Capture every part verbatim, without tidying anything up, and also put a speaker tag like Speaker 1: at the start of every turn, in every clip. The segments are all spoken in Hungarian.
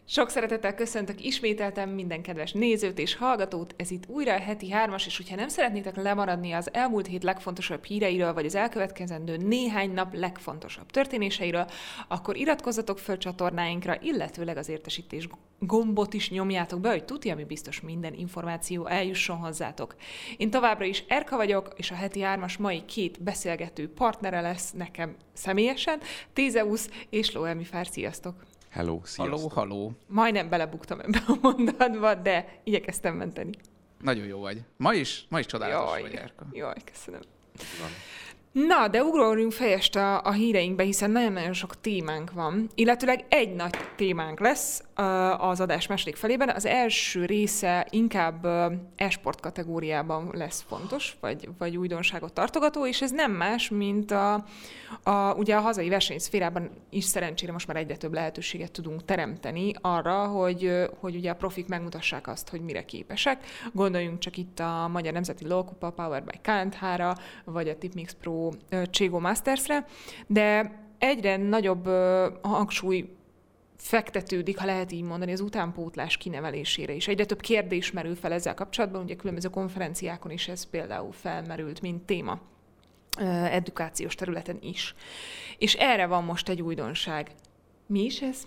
Speaker 1: Sok szeretettel köszöntök ismételten minden kedves nézőt és hallgatót, ez itt újra a heti hármas, és hogyha nem szeretnétek lemaradni az elmúlt hét legfontosabb híreiről, vagy az elkövetkezendő néhány nap legfontosabb történéseiről, akkor iratkozzatok föl csatornáinkra, illetőleg az értesítés gombot is nyomjátok be, hogy tudja, ami biztos minden információ eljusson hozzátok. Én továbbra is Erka vagyok, és a heti hármas mai két beszélgető partnere lesz nekem személyesen, Tézeusz és Loemi Fár, sziasztok!
Speaker 2: Hello, sziasztok!
Speaker 3: Halló, halló.
Speaker 1: Majdnem belebuktam ebbe a mondatba, de igyekeztem menteni.
Speaker 3: Nagyon jó vagy. Ma is, ma is csodálatos
Speaker 1: Jaj,
Speaker 3: vagy, Erka.
Speaker 1: Jaj, köszönöm.
Speaker 2: Van.
Speaker 1: Na, de ugorjunk fejest a, a híreinkbe, hiszen nagyon-nagyon sok témánk van, illetőleg egy nagy témánk lesz uh, az adás második felében. Az első része inkább uh, e-sport kategóriában lesz fontos, vagy, vagy újdonságot tartogató, és ez nem más, mint a, a, ugye a hazai versenyszférában is szerencsére most már egyre több lehetőséget tudunk teremteni arra, hogy, hogy ugye a profik megmutassák azt, hogy mire képesek. Gondoljunk csak itt a Magyar Nemzeti LOL-kupa Powered by ká en há-ra, vagy a Tipmix Pro Cségó Mastersre, de egyre nagyobb uh, hangsúly fektetődik, ha lehet így mondani, az utánpótlás kinevelésére is. Egyre több kérdés merül fel ezzel kapcsolatban, ugye különböző konferenciákon is ez például felmerült, mint téma uh, edukációs területen is. És erre van most egy újdonság. Mi is ez?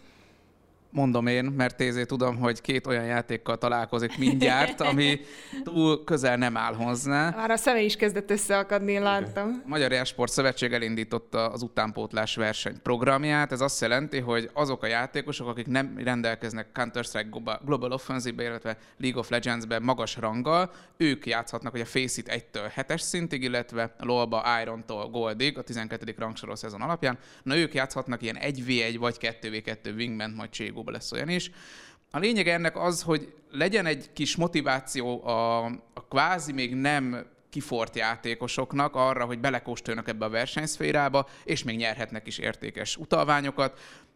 Speaker 3: Mondom én, mert Tézé tudom, hogy két olyan játékkal találkozik mindjárt, ami túl közel nem áll hozzá.
Speaker 1: Már a szeme is kezdett összeakadni, én láttam.
Speaker 3: A Magyar E-sport Szövetség elindította az utánpótlás verseny programját. Ez azt jelenti, hogy azok a játékosok, akik nem rendelkeznek Counter-Strike Global Offensive-be, illetve League of Legends-ben magas ranggal, ők játszhatnak hogy a Faceit egytől hetes szintig, illetve a LoL-ba Iron-tól Goldig, a tizenkettedik rangsorol szezon alapján. Na ők játszhatnak ilyen egy vé egy vagy kettő vé kettő Wingman, majd Cségó lesz olyan is. A lényeg ennek az, hogy legyen egy kis motiváció a, a kvázi még nem kifort játékosoknak arra, hogy belekóstoljanak ebbe a versenyszférába, és még nyerhetnek is értékes utalványokat.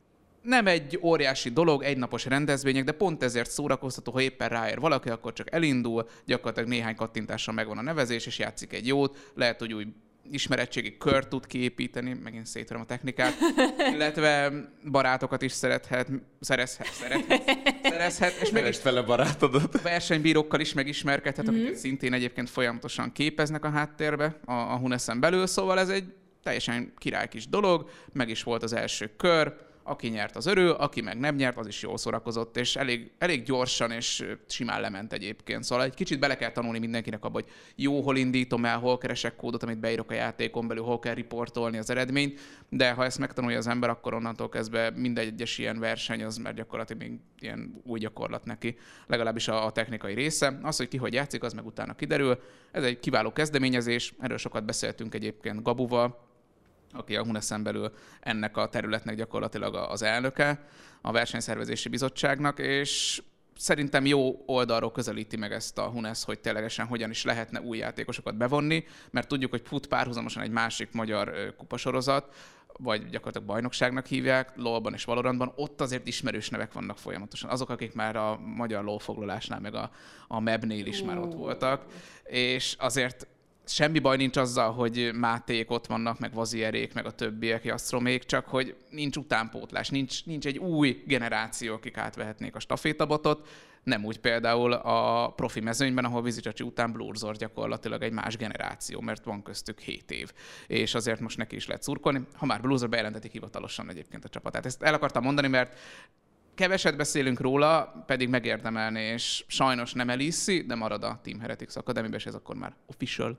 Speaker 3: Nem egy óriási dolog, egynapos rendezvények, de pont ezért szórakoztató, ha éppen ráér valaki, akkor csak elindul, gyakorlatilag néhány kattintással megvan a nevezés, és játszik egy jót, lehet, hogy új ismeretségi kört tud kiépíteni, megint szétverem a technikát, illetve barátokat is szerethet, szerezhet, szerethet, szerezhet, és meg is
Speaker 2: fel a barátodat.
Speaker 3: Versenybírókkal is megismerkedhet, mm-hmm. akiket szintén egyébként folyamatosan képeznek a háttérbe a, a Huneszen belül, szóval ez egy teljesen király kis dolog, meg is volt az első kör, aki nyert, az örül, aki meg nem nyert, az is jól szórakozott, és elég, elég gyorsan és simán lement egyébként. Szóval egy kicsit bele kell tanulni mindenkinek abba, hogy jó, hol indítom el, hol keresek kódot, amit beírok a játékon belül, hol kell riportolni az eredményt, de ha ezt megtanulja az ember, akkor onnantól kezdve minden egyes ilyen verseny, az már gyakorlatilag még ilyen új gyakorlat neki, legalábbis a, a technikai része. Az, hogy ki hogy játszik, az meg utána kiderül. Ez egy kiváló kezdeményezés, erről sokat beszéltünk egyébként Gabuval, aki a Huneszen belül ennek a területnek gyakorlatilag az elnöke, a versenyszervezési bizottságnak, és szerintem jó oldalról közelíti meg ezt a Hunesz, hogy ténylegesen hogyan is lehetne új játékosokat bevonni, mert tudjuk, hogy fut párhuzamosan egy másik magyar kupasorozat, vagy gyakorlatilag bajnokságnak hívják, LoL-ban és Valorantban, ott azért ismerős nevek vannak folyamatosan. Azok, akik már a magyar LoL foglalásnál, meg a, a mebnél is már ott voltak, és azért semmi baj nincs azzal, hogy Máték ott vannak, meg Vazierék, meg a többiek, Jasztromék, csak hogy nincs utánpótlás, nincs, nincs egy új generáció, akik átvehetnék a stafétabotot. Nem úgy például a profi mezőnyben, ahol Vizicsacsi után Blurzor gyakorlatilag egy más generáció, mert van köztük hét év. És azért most neki is lehet szurkolni. Ha már Blurzor bejelentetik hivatalosan egyébként a csapatát. Ezt el akartam mondani, mert keveset beszélünk róla, pedig megérdemelné, és sajnos nem elhiszi, de marad a Team Heretics Academy-ben, és ez akkor már official.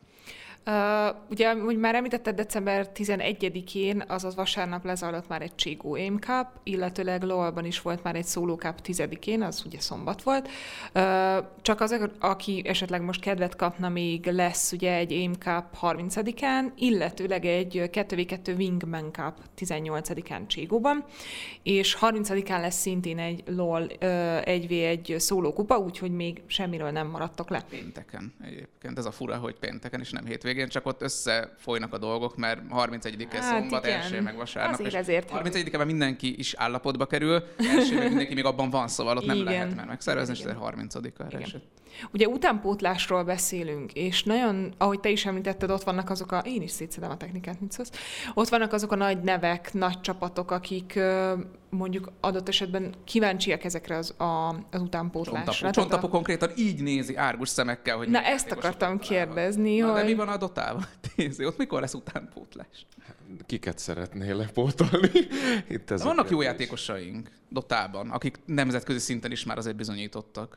Speaker 1: Uh, ugye, hogy már említetted, december tizenegyedikén, azaz vasárnap lezajlott már egy Cségó Aim Cup, illetőleg LoL-ban is volt már egy Solo Cup tizedikén, az ugye szombat volt. Uh, csak az, aki esetleg most kedvet kapna, még lesz ugye egy Aim Cup harmincadikán, illetőleg egy kettő vé kettő Wingman Cup tizennyolcadikán Cségóban, és harmincadikán lesz szintén egy LoL uh, egy vé egy Solo kupa, úgyhogy még semmiről nem maradtok le.
Speaker 3: Pénteken egyébként. Ez a fura, hogy pénteken és nem hétvégén. Csak ott összefolynak a dolgok, mert harmincadike
Speaker 1: hát
Speaker 3: szombat,
Speaker 1: igen.
Speaker 3: első meg vasárnap.
Speaker 1: Azért ezért.
Speaker 3: harmincadikában mindenki is állapotba kerül, első meg mindenki még abban van, szóval ott nem
Speaker 1: igen.
Speaker 3: lehet már megszervezni, és ezért harmincadika eset.
Speaker 1: Ugye utánpótlásról beszélünk, és nagyon, ahogy te is említetted, ott vannak azok a, én is szétszedem a technikát, mit szólsz, ott vannak azok a nagy nevek, nagy csapatok, akik mondjuk adott esetben kíváncsiak ezekre az, a, az utánpótlásra.
Speaker 3: Csontapó, Csontapó a... konkrétan így nézi árgus szemekkel, hogy...
Speaker 1: Na ezt akartam kérdezni,
Speaker 3: Na,
Speaker 1: hogy...
Speaker 3: de mi van a Dotában? Nézd, ott mikor lesz utánpótlás?
Speaker 2: Kiket szeretnél lepótolni? Itt ez
Speaker 3: vannak jó játékosaink Dotában, akik nemzetközi szinten is már azért bizonyítottak.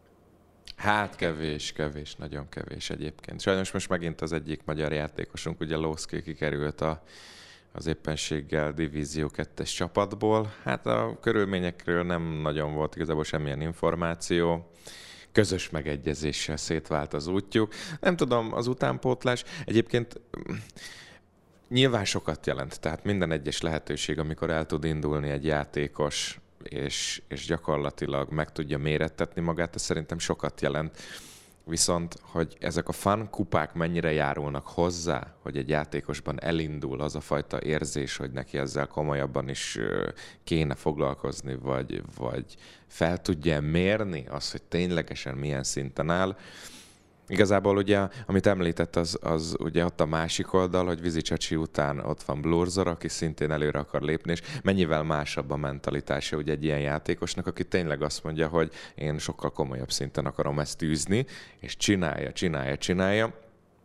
Speaker 2: Hát kevés, kevés, nagyon kevés egyébként. Sajnos most megint az egyik magyar játékosunk, ugye Lowski kikerült a, az éppenséggel Divízió kettes csapatból. Hát a körülményekről nem nagyon volt igazából semmilyen információ. Közös megegyezéssel szétvált az útjuk. Nem tudom, az utánpótlás egyébként nyilván sokat jelent. Tehát minden egyes lehetőség, amikor el tud indulni egy játékos, És, és gyakorlatilag meg tudja mérettetni magát, ez szerintem sokat jelent. Viszont, hogy ezek a fun kupák mennyire járulnak hozzá, hogy egy játékosban elindul az a fajta érzés, hogy neki ezzel komolyabban is kéne foglalkozni, vagy, vagy fel tudja mérni azt, hogy ténylegesen milyen szinten áll. Igazából ugye, amit említett, az, az ugye ott a másik oldal, hogy Vizicsacsi után ott van Blurzor, aki szintén előre akar lépni, és mennyivel másabb a mentalitása ugye egy ilyen játékosnak, aki tényleg azt mondja, hogy én sokkal komolyabb szinten akarom ezt űzni, és csinálja, csinálja, csinálja.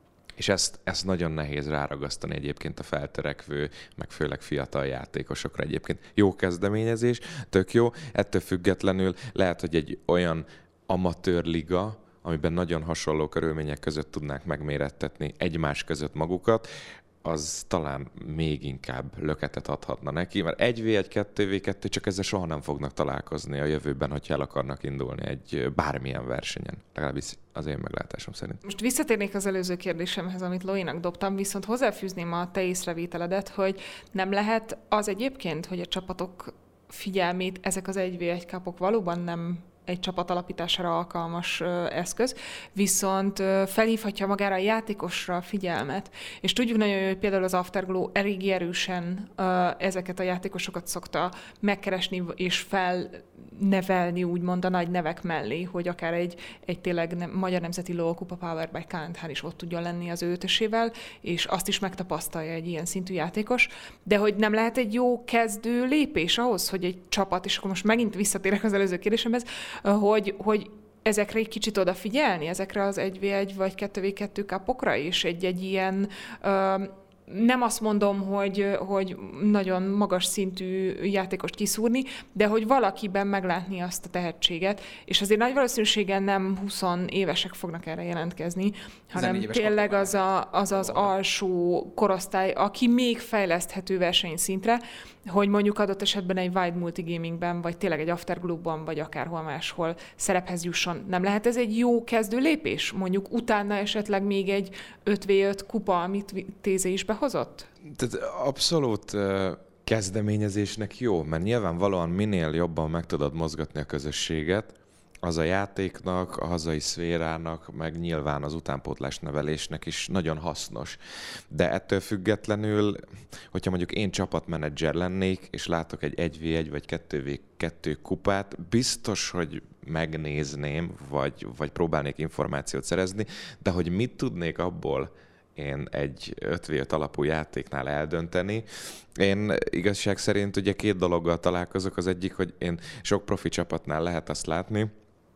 Speaker 2: És ezt, ezt nagyon nehéz ráragasztani egyébként a feltörekvő, meg főleg fiatal játékosokra egyébként. Jó kezdeményezés, tök jó, ettől függetlenül lehet, hogy egy olyan amatőr liga, amiben nagyon hasonló körülmények között tudnák megmérettetni egymás között magukat, az talán még inkább löketet adhatna neki, mert egy vé egy, kettő vé kettő, csak ezzel soha nem fognak találkozni a jövőben, hogyha el akarnak indulni egy bármilyen versenyen. Legalábbis az én meglátásom szerint.
Speaker 1: Most visszatérnék az előző kérdésemhez, amit Loinak dobtam, viszont hozzáfűzném a te észrevételedet, hogy nem lehet az egyébként, hogy a csapatok figyelmét ezek az egy vé egy kapok valóban nem egy csapat alapítására alkalmas ö, eszköz, viszont ö, felhívhatja magára a játékosra a figyelmet. És tudjuk nagyon jó, hogy például az Afterglow elég erősen ö, ezeket a játékosokat szokta megkeresni és felnevelni, úgymond a nagy nevek mellé, hogy akár egy, egy tényleg nem, magyar nemzeti LOL kupa Powered by K N H is ott tudjon lenni az ő ötösével, és azt is megtapasztalja egy ilyen szintű játékos. De hogy nem lehet egy jó kezdő lépés ahhoz, hogy egy csapat, és akkor most megint visszatérek az előző kérdésemhez, Hogy, hogy ezekre egy kicsit odafigyelni, ezekre az egy vé egy vagy kettő vé kettő kapokra is, egy-egy ilyen, ö, nem azt mondom, hogy, hogy nagyon magas szintű játékost kiszúrni, de hogy valakiben meglátni azt a tehetséget, és azért nagy valószínűséggel nem húsz évesek fognak erre jelentkezni, hanem tényleg az, a, az az alsó korosztály, aki még fejleszthető versenyszintre, hogy mondjuk adott esetben egy Wide Multigamingben, vagy tényleg egy Afterglow-ban, vagy akárhol máshol szerephez jusson. Nem lehet ez egy jó kezdő lépés? Mondjuk utána esetleg még egy öt vé öt kupa, amit Tézé is behozott?
Speaker 2: Tehát abszolút kezdeményezésnek jó, mert nyilvánvalóan minél jobban meg tudod mozgatni a közösséget, az a játéknak, a hazai szférának, meg nyilván az utánpótlás nevelésnek is nagyon hasznos. De ettől függetlenül, hogyha mondjuk én csapatmenedzser lennék, és látok egy egy vé egy vagy kettő vé kettő kupát, biztos, hogy megnézném, vagy, vagy próbálnék információt szerezni, de hogy mit tudnék abból én egy öt vé öt alapú játéknál eldönteni. Én igazság szerint ugye két dologgal találkozok. Az egyik, hogy én sok profi csapatnál lehet azt látni,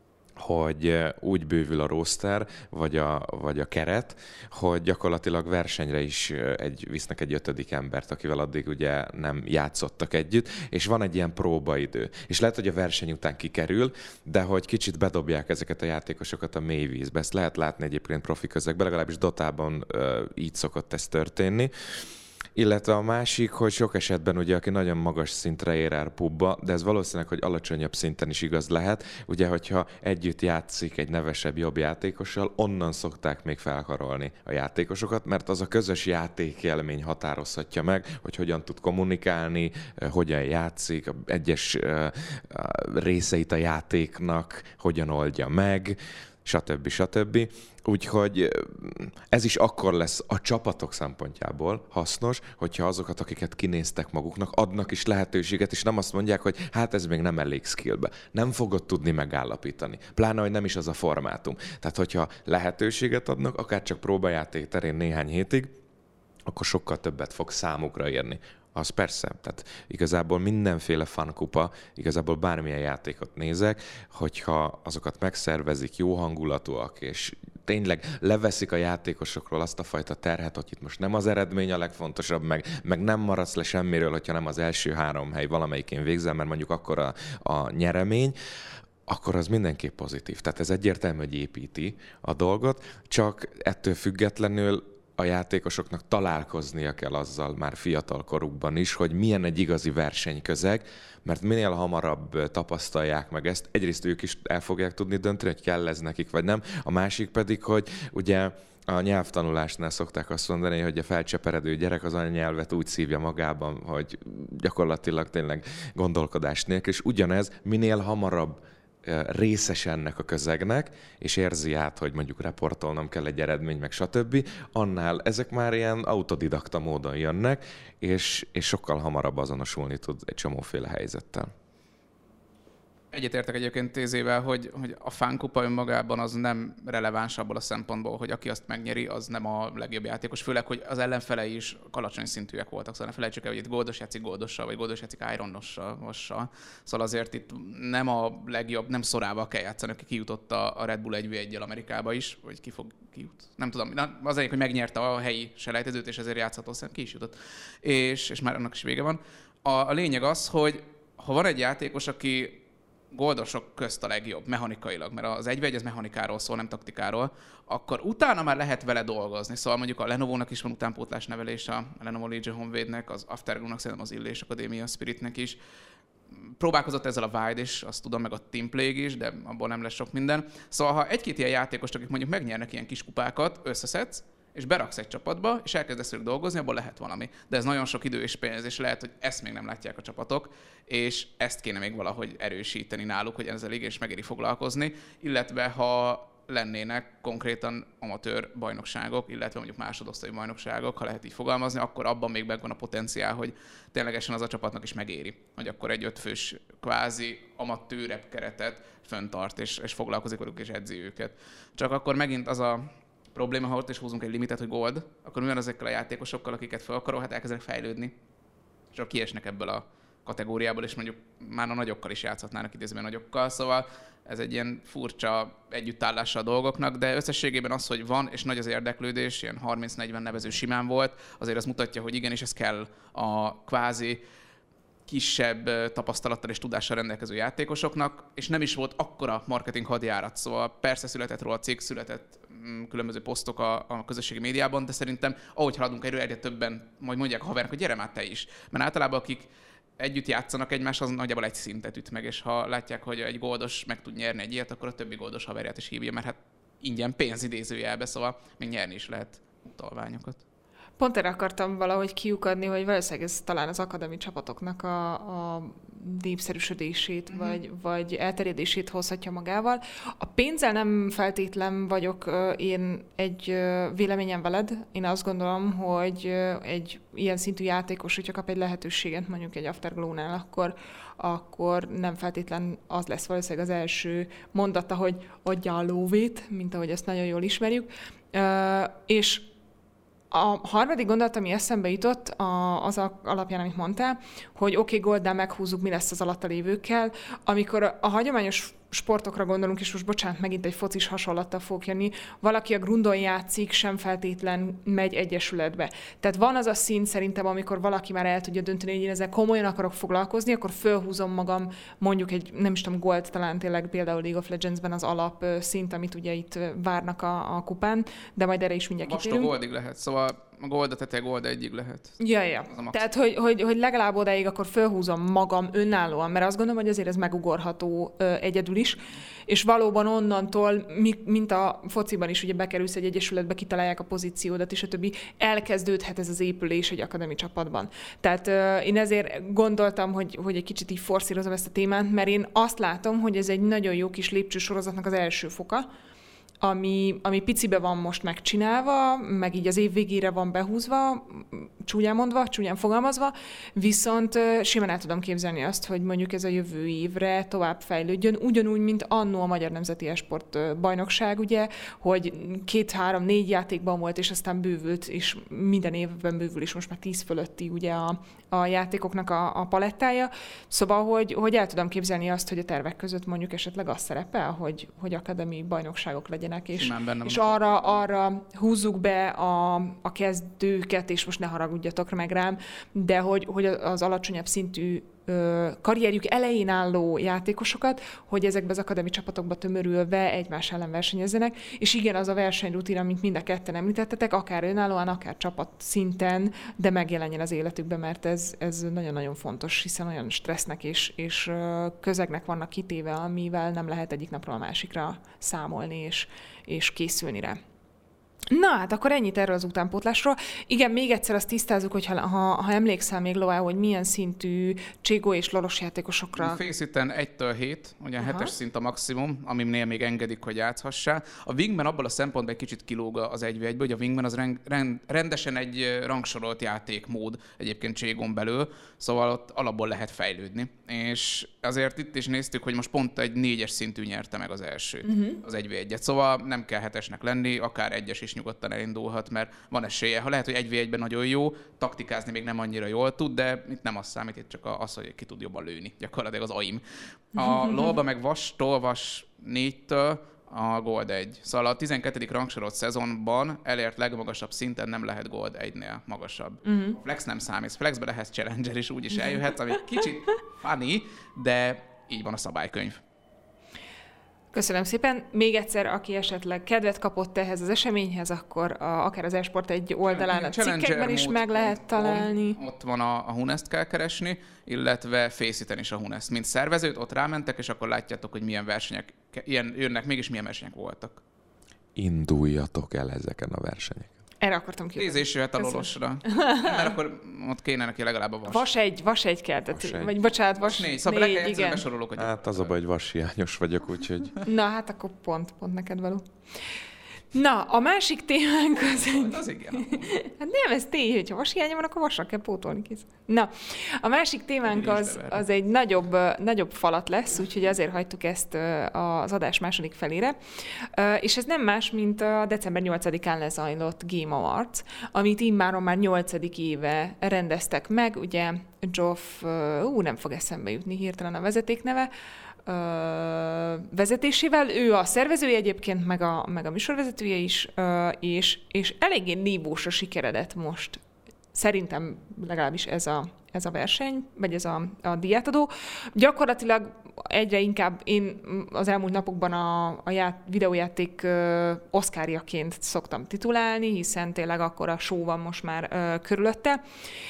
Speaker 2: hogy úgy bővül a roster, vagy a, vagy a keret, hogy gyakorlatilag versenyre is egy, visznek egy ötödik embert, akivel addig ugye nem játszottak együtt, és van egy ilyen próbaidő. És lehet, hogy a verseny után kikerül, de hogy kicsit bedobják ezeket a játékosokat a mélyvízbe. Ezt lehet látni egyébként profi közegben, legalábbis Dotában uh, így szokott ez történni. Illetve a másik, hogy sok esetben ugye, aki nagyon magas szintre ér el pubba, de ez valószínűleg, hogy alacsonyabb szinten is igaz lehet, ugye, hogyha együtt játszik egy nevesebb, jobb játékossal, onnan szokták még felkarolni a játékosokat, mert az a közös játékélmény határozhatja meg, hogy hogyan tud kommunikálni, hogyan játszik, egyes részeit a játéknak hogyan oldja meg, stb. stb. Úgyhogy ez is akkor lesz a csapatok szempontjából hasznos, hogyha azokat, akiket kinéztek maguknak, adnak is lehetőséget, és nem azt mondják, hogy hát ez még nem elég skillbe. Nem fogod tudni megállapítani. Pláne, hogy nem is az a formátum. Tehát, hogyha lehetőséget adnak, akár csak próbajáték terén néhány hétig, akkor sokkal többet fog számukra érni. az persze. Tehát igazából mindenféle fankupa, igazából bármilyen játékot nézek, hogyha azokat megszervezik, jó hangulatúak, és tényleg leveszik a játékosokról azt a fajta terhet, hogy itt most nem az eredmény a legfontosabb, meg, meg nem maradsz le semmiről, hogyha nem az első három hely valamelyikén végzel, mert mondjuk akkor a, a nyeremény, akkor az mindenképp pozitív. Tehát ez egyértelmű, hogy építi a dolgot, csak ettől függetlenül a játékosoknak találkoznia kell azzal már fiatal korukban is, hogy milyen egy igazi versenyközeg, mert minél hamarabb tapasztalják meg ezt, egyrészt ők is el fogják tudni dönteni, hogy kell ez nekik, vagy nem, a másik pedig, hogy ugye a nyelvtanulásnál szokták azt mondani, hogy a felcseperedő gyerek az anyanyelvet úgy szívja magában, hogy gyakorlatilag tényleg gondolkodás nélkül, és ugyanez minél hamarabb részes ennek a közegnek, és érzi át, hogy mondjuk reportolnom kell egy eredmény, meg stb., annál ezek már ilyen autodidakta módon jönnek, és, és sokkal hamarabb azonosulni tud egy csomóféle helyzettel.
Speaker 3: Egyetértek egyébként Tézével, hogy, hogy a fánkupa önmagában az nem releváns abból a szempontból, hogy aki azt megnyeri, az nem a legjobb játékos, főleg, hogy az ellenfelei is alacsony szintűek voltak, szóval ne felejtsük el, hogy itt Goldos játszik Goldossal, vagy Goldos játszik Ironossal. Szóval azért itt nem a legjobb, nem szorával kell játszani, aki kijutott a Red Bull egy vé egyel Amerikába is, vagy ki fog kijut. Nem tudom, az egyik, hogy megnyerte a helyi selejtezőt, és ezért játszható, szerintem ki is jutott. És, és már annak is vége van. A, a lényeg az, hogy ha van egy játékos, aki Goldosok közt a legjobb, mechanikailag, mert az egy vé egy ez mechanikáról szól, nem taktikáról, akkor utána már lehet vele dolgozni. Szóval mondjuk a Lenovo-nak is van utánpótlás nevelése, a Lenovo Legion Honvédnek, az Afterglow-nak, szerintem az Illés Akadémia Spiritnek is. Próbálkozott ezzel a Wide is, azt tudom, meg a Team Plague is, de abból nem lesz sok minden. Szóval ha egy-két ilyen játékost, akik mondjuk megnyernek ilyen kis kupákat, összeszedsz, és beraksz egy csapatba, és elkezdesz velük dolgozni, abból lehet valami. De ez nagyon sok idő és pénz, és lehet, hogy ezt még nem látják a csapatok, és ezt kéne még valahogy erősíteni náluk, hogy ezzel igenis megéri foglalkozni, illetve ha lennének konkrétan amatőr bajnokságok, illetve mondjuk másodosztályú bajnokságok, ha lehet így fogalmazni, akkor abban még megvan a potenciál, hogy ténylegesen az a csapatnak is megéri, hogy akkor egy ötfős kvázi amatőrebb keretet föntart, és, és foglalkozik velük és edzi őket. Csak akkor megint az a probléma, ha ott is húzunk egy limitet, hogy gold, akkor mi van ezekkel a játékosokkal, akiket fel akarol, hát elkezdenek fejlődni. És akkor kiesnek ebből a kategóriából, és mondjuk már a nagyokkal is játszhatnának idézőben nagyokkal, szóval ez egy ilyen furcsa együttállása a dolgoknak, de összességében az, hogy van, és nagy az érdeklődés, ilyen harminc-negyven nevező simán volt, azért az mutatja, hogy igenis ez kell a kvázi kisebb tapasztalattal és tudással rendelkező játékosoknak, és nem is volt akkora marketing hadjárat, szóval persze született róla cikk, született különböző posztok a, a közösségi médiában, de szerintem ahogy haladunk erről, egyre többen majd mondják a havernak, hogy gyere már te is. Mert általában akik együtt játszanak egymáshoz, az nagyjából egy szintet üt meg, és ha látják, hogy egy goldos meg tud nyerni egy ilyet, akkor a többi goldos haverját is hívja, mert hát ingyen pénz idézőjelbe, szóval még nyerni is lehet utalványokat.
Speaker 1: Pont erre akartam valahogy kiukadni, hogy valószínűleg ez talán az akadémi csapatoknak a, a népszerűsödését, mm. vagy, vagy elterjedését hozhatja magával. A pénzzel nem feltétlen vagyok én egy véleményen veled. Én azt gondolom, hogy egy ilyen szintű játékos, hogyha kap egy lehetőséget mondjuk egy Afterglow-nál, akkor, akkor nem feltétlen az lesz valószínűleg az első mondata, hogy adja a lóvét, mint ahogy ezt nagyon jól ismerjük. És a harmadik gondolat, ami eszembe jutott, az alapján, amit mondtál, hogy oké, okay, Golddal meghúzzuk, mi lesz az alatta lévőkkel. Amikor a hagyományos sportokra gondolunk, és most bocsánat, megint egy focis hasonlattal fog jönni, valaki a grundon játszik, sem feltétlen megy egyesületbe. Tehát van az a szint szerintem, amikor valaki már el tudja dönteni, hogy én ezzel komolyan akarok foglalkozni, akkor fölhúzom magam mondjuk egy, nem is tudom, Gold talán tényleg például League of Legends-ben az alap szint, amit ugye itt várnak a, a kupán, de majd erre is mindjárt kitérünk.
Speaker 3: Most a Goldig lehet, szóval a Gold a teteje, Gold egyig lehet.
Speaker 1: Ja, ja. Tehát, hogy, hogy, hogy legalább odáig akkor fölhúzom magam önállóan, mert azt gondolom, hogy azért ez megugorható ö, egyedül is, és valóban onnantól, mi, mint a fociban is, ugye bekerülsz egy egyesületbe, kitalálják a pozíciódat, és a többi, elkezdődhet ez az épülés egy akadémi csapatban. Tehát ö, én ezért gondoltam, hogy, hogy egy kicsit így forszírozom ezt a témát, mert én azt látom, hogy ez egy nagyon jó kis lépcsősorozatnak az első foka, ami, ami picibe van most megcsinálva, meg így az év végére van behúzva, csúnyán mondva, csúnyán fogalmazva, viszont simán el tudom képzelni azt, hogy mondjuk ez a jövő évre tovább fejlődjön, ugyanúgy, mint annó a Magyar Nemzeti Esport Bajnokság, ugye, hogy két-három-négy játékban volt, és aztán bővült, és minden évben bővül, és most már tíz fölötti ugye a, a játékoknak a, a palettája. Szóval, hogy, hogy el tudom képzelni azt, hogy a tervek között mondjuk esetleg az szerepel, hogy, hogy akadémiai bajnokságok legyenek, és, és arra, arra húzzuk be a, a kezdőket, és most ne haragudjatok meg rám, de hogy, hogy az alacsonyabb szintű karrierjük elején álló játékosokat, hogy ezekbe az akadémi csapatokba tömörülve egymás ellen versenyezzenek, és igen, az a versenyrutin, amit mind a ketten említettetek, akár önállóan, akár csapat szinten, de megjelenjen az életükben, mert ez, ez nagyon-nagyon fontos, hiszen olyan stressznek és, és közegnek vannak kitéve, amivel nem lehet egyik napról a másikra számolni és, és készülni rá. Na, hát akkor ennyit erről az utánpótlásról. Igen, még egyszer azt tisztázzuk, hogy ha, ha, ha emlékszel még, Loá, hogy milyen szintű Cségó és Lolos játékosokra...
Speaker 3: A Faceten egytől hét, ugye a hetes szint a maximum, aminél még engedik, hogy játszhassál. A Wingman abból a szempontból egy kicsit kilóg az egy vé egyből, hogy a Wingman az rend, rend, rendesen egy rangsorolt játékmód egyébként Cségón belül, szóval ott alapból lehet fejlődni. És azért itt is néztük, hogy most pont egy négyes szintű nyerte meg az elsőt, uh-huh. az egy vé egyet. Szóval nem kell hetesnek lenni, akár egyes is nyugodtan elindulhat, mert van esélye. Ha lehet, hogy egy vé egyben nagyon jó, taktikázni még nem annyira jól tud, de itt nem az számít, itt csak az, hogy ki tud jobban lőni. Gyakorlatilag az á i em. A lóba meg Vastól, Vas négytől a Gold egy. Szóval a tizenkettedik rangsorolt szezonban elért legmagasabb szinten nem lehet Gold egynél magasabb. Uh-huh. Flex nem számít. Flexbe lehet Challenger is úgy is eljöhet, ami kicsit funny, de így van a szabálykönyv.
Speaker 1: Köszönöm szépen. Még egyszer, aki esetleg kedvet kapott ehhez az eseményhez, akkor a, akár az Esport egy oldalán, a cikkekben is meg lehet találni.
Speaker 3: Ott van a, a Hunest kell keresni, illetve Faceten is a Hunest. Mint szervezőt, ott rámentek, és akkor látjátok, hogy milyen versenyek ilyen jönnek, mégis milyen versenyek voltak.
Speaker 2: Induljatok el ezeken a versenyeken.
Speaker 1: Erre akartam ki.
Speaker 3: Tíz és jöhet a Lolosra. Mert akkor ott kéne neki legalább a vas.
Speaker 1: Vas egy, vas egy kell. Tehát, vas egy. Vagy bocsánat, vas, vas
Speaker 3: négy. Szóval
Speaker 1: négy,
Speaker 3: le
Speaker 1: igen.
Speaker 3: besorolok, hogy
Speaker 2: hát az a baj, hogy vashiányos vagyok, úgyhogy...
Speaker 1: Na, hát akkor pont, pont neked való. Na, a másik témánk az...
Speaker 3: Egy... Az igen.
Speaker 1: Hát nem, ez tény, hogyha vashiánya van, akkor vasra kell pótolni kész. Na, a másik témánk az, az egy nagyobb, nagyobb falat lesz, úgyhogy azért hagytuk ezt az adás második felére. És ez nem más, mint a december nyolcadikán lezajlott Game Awards, amit immáron már nyolcadik éve rendeztek meg, ugye Geoff, ú, nem fog eszembe jutni hirtelen a vezetékneve, Ö, vezetésével. Ő a szervezője egyébként, meg a, meg a műsorvezetője is, ö, és, és eléggé nívósra sikeredett most. Szerintem legalábbis ez a, ez a verseny, vagy ez a, a díjátadó. Gyakorlatilag egyre inkább én az elmúlt napokban a, a ját, videójáték ö, oszkárjaként szoktam titulálni, hiszen tényleg akkor a show van most már ö, körülötte.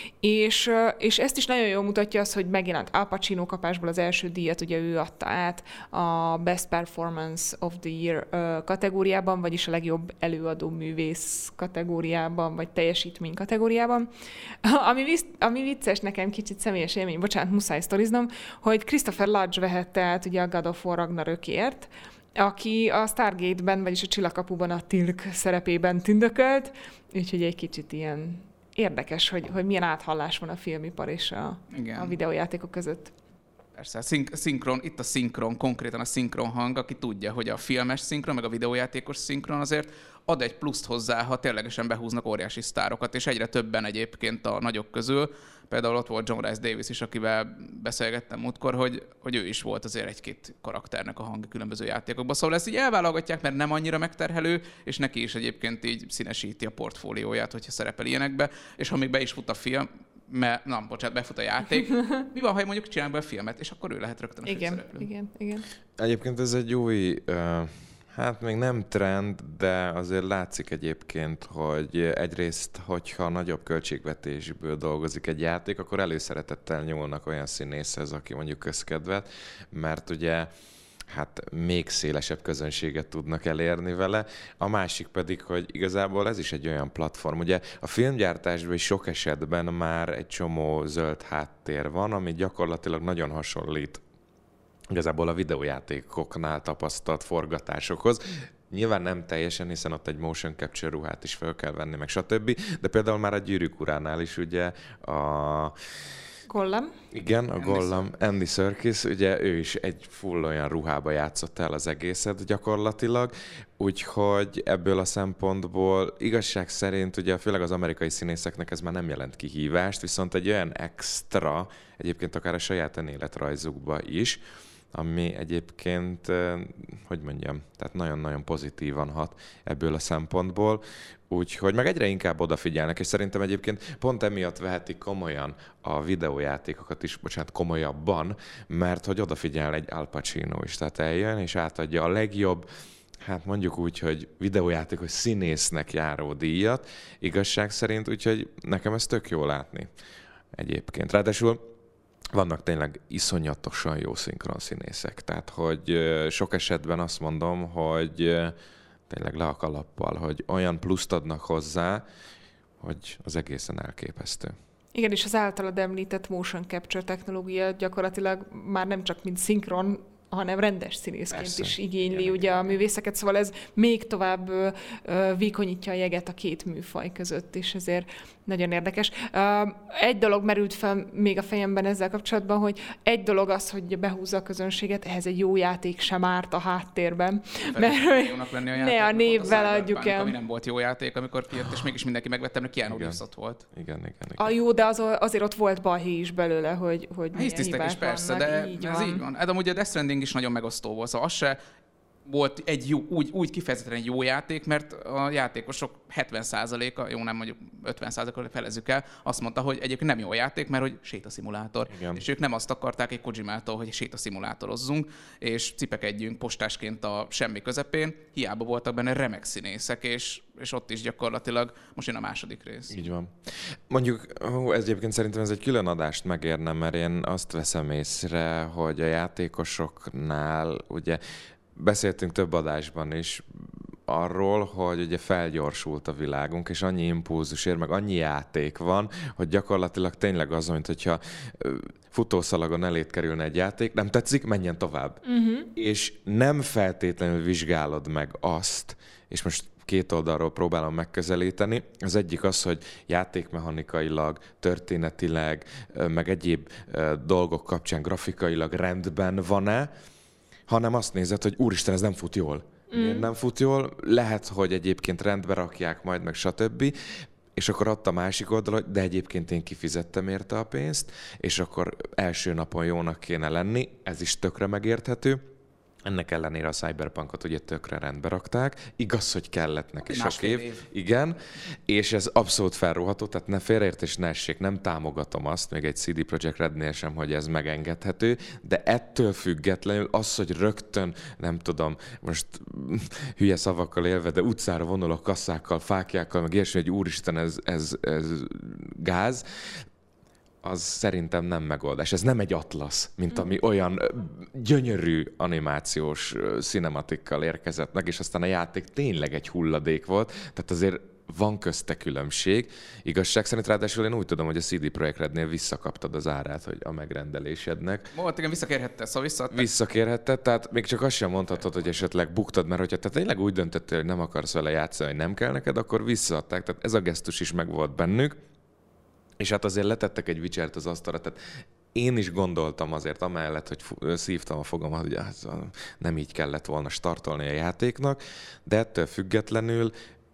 Speaker 1: És, ö, és ezt is nagyon jól mutatja az, hogy megjelent Al Pacino kapásból az első díjat, ugye ő adta át a Best Performance of the Year ö, kategóriában, vagyis a legjobb előadó művész kategóriában, vagy teljesítmény kategóriában. Ami, visz, ami vicces nekem, kicsit személyes élmény, bocsánat, muszáj sztoriznom, hogy Christopher Lodge vehette át ugye a God of War Ragnarökért, aki a Stargate-ben, vagyis a Csillagkapuban a Tilk szerepében tündökölt, úgyhogy egy kicsit ilyen érdekes, hogy, hogy milyen áthallás van a filmipar és a, a videójátékok között.
Speaker 3: Persze, a szink- szinkron, itt a szinkron, konkrétan a szinkron hang, aki tudja, hogy a filmes szinkron, meg a videójátékos szinkron azért ad egy pluszt hozzá, ha ténylegesen behúznak óriási sztárokat, és egyre többen egyébként a nagyok közül. Például ott volt John Rhys Davies is, akivel beszélgettem múltkor, hogy, hogy ő is volt azért egy-két karakternek a hangja különböző játékokban. Szóval ezt így elválogatják, mert nem annyira megterhelő, és neki is egyébként így színesíti a portfólióját, hogyha szerepel ilyenekbe, és ha még be is fut a film, mert, nem, bocsánat, befut a játék. Mi van, ha mondjuk csinálunk be a filmet, és akkor ő lehet rögtön a főszereplő.
Speaker 1: Igen, igen.
Speaker 2: Egyébként ez egy új, uh, hát még nem trend, de azért látszik egyébként, hogy egyrészt, hogyha nagyobb költségvetésből dolgozik egy játék, akkor előszeretettel nyúlnak olyan színészhez, aki mondjuk közkedvet, mert ugye hát még szélesebb közönséget tudnak elérni vele. A másik pedig, hogy igazából ez is egy olyan platform. Ugye a filmgyártásban is sok esetben már egy csomó zöld háttér van, ami gyakorlatilag nagyon hasonlít igazából a videójátékoknál tapasztalt forgatásokhoz. Nyilván nem teljesen, hiszen ott egy motion capture ruhát is fel kell venni, meg stb. De például már a Gyűrűk uránál is ugye a...
Speaker 1: Gollum.
Speaker 2: Igen, a
Speaker 3: Andy
Speaker 2: Gollum, Andy Serkis, ugye ő is egy full olyan ruhába játszott el az egészet gyakorlatilag, úgyhogy ebből a szempontból igazság szerint ugye főleg az amerikai színészeknek ez már nem jelent kihívást, viszont egy olyan extra, egyébként akár a saját önéletrajzukba is, ami egyébként, hogy mondjam, tehát nagyon-nagyon pozitívan hat ebből a szempontból, úgyhogy meg egyre inkább odafigyelnek, és szerintem egyébként pont emiatt vehetik komolyan a videójátékokat is, bocsánat, komolyabban, mert hogy odafigyel egy Al Pacino is, tehát eljön és átadja a legjobb, hát mondjuk úgy, hogy videójátékos színésznek járó díjat, igazság szerint, úgyhogy nekem ez tök jó látni egyébként. Ráadásul vannak tényleg iszonyatosan jó szinkronszínészek, tehát hogy sok esetben azt mondom, hogy tényleg le a kalappal, hogy olyan pluszt adnak hozzá, hogy az egészen elképesztő.
Speaker 1: Igen, és az általad említett motion capture technológia gyakorlatilag már nem csak mint szinkron, hanem rendes színészként
Speaker 2: Persze.
Speaker 1: is igényli
Speaker 2: Igen,
Speaker 1: ugye
Speaker 2: igen.
Speaker 1: a művészeket, szóval ez még tovább ö, ö, vékonyítja a jeget a két műfaj között, és ezért nagyon érdekes. Uh, egy dolog merült fel még a fejemben ezzel kapcsolatban, hogy egy dolog az, hogy behúzza a közönséget, ehhez egy jó játék sem árt a háttérben.
Speaker 3: Mert jónak lenni a
Speaker 1: ne a névvel adjuk el.
Speaker 3: Ami nem volt jó játék, amikor kijött, és mégis mindenki megvette, mert Keanu Reeves ott volt.
Speaker 2: Igen, igen, igen.
Speaker 1: A jó, de az, azért ott volt balhé is belőle, hogy, hogy milyen
Speaker 3: Hisztisztek
Speaker 1: hibák
Speaker 3: is persze,
Speaker 1: vannak.
Speaker 3: de
Speaker 1: így
Speaker 3: ez
Speaker 1: van.
Speaker 3: így van. Hát amúgy a Death Stranding is nagyon megosztó volt, szóval az se volt egy jó, úgy, úgy kifejezetten egy jó játék, mert a játékosok hetven százaléka, jó nem mondjuk ötven százalékot felezzük el, azt mondta, hogy egyébként nem jó játék, mert hogy sétaszimulátor.
Speaker 2: Igen.
Speaker 3: És ők nem azt akarták egy Kojimától, hogy sétaszimulátorozzunk, és cipekedjünk postásként a semmi közepén. Hiába voltak benne remek színészek, és, és ott is gyakorlatilag most jön a második rész.
Speaker 2: Így van. Mondjuk, hú, ez egyébként szerintem ez egy külön adást megérne, mert én azt veszem észre, hogy a játékosoknál, ugye beszéltünk több adásban is arról, hogy ugye felgyorsult a világunk, és annyi impulzus ér, meg annyi játék van, hogy gyakorlatilag tényleg az, mint hogyha futószalagon elét kerülne egy játék, nem tetszik, menjen tovább. Uh-huh. És nem feltétlenül vizsgálod meg azt, és most két oldalról próbálom megközelíteni. Az egyik az, hogy játékmechanikailag, történetileg, meg egyéb dolgok kapcsán grafikailag rendben van-e, hanem azt nézed, hogy úristen, ez nem fut jól. Mm. Miért nem fut jól? Lehet, hogy egyébként rendbe rakják majd, meg stb. És akkor ott a másik oldal, hogy de egyébként én kifizettem érte a pénzt, és akkor első napon jónak kéne lenni, ez is tökre megérthető. Ennek ellenére a Cyberpunkot ugye tökre rendbe rakták. Igaz, hogy kellett neki sok év. év. Igen, és ez abszolút felróható, tehát ne félreértés ne essék, nem támogatom azt, még egy cé dé Projekt Rednél sem, hogy ez megengedhető, de ettől függetlenül az, hogy rögtön, nem tudom, most hülye szavakkal élve, de utcára vonulok kasszákkal, fáklyákkal, meg ilyesmi, hogy úristen, ez, ez, ez gáz, az szerintem nem megoldás. Ez nem egy atlasz, mint ami olyan gyönyörű animációs cinematikkal érkezett meg, és aztán a játék tényleg egy hulladék volt, tehát azért van közte különbség. Igazság szerint ráadásul én úgy tudom, hogy a cé dé Projekt Rednél visszakaptad az árát, hogy a megrendelésednek.
Speaker 3: Volt, igen, visszakérhetted, szóval visszaadták.
Speaker 2: Visszakérhetted, tehát még csak azt sem mondhatod, hogy esetleg buktad, mert hogyha te tényleg úgy döntöttél, hogy nem akarsz vele játszani, hogy nem kell neked, akkor visszaadták. Tehát ez a gesztus is megvolt bennük. És hát azért letettek egy Witchert az asztalra, tehát én is gondoltam azért amellett, hogy szívtam a fogamat, hogy az nem így kellett volna startolni a játéknak, de ettől függetlenül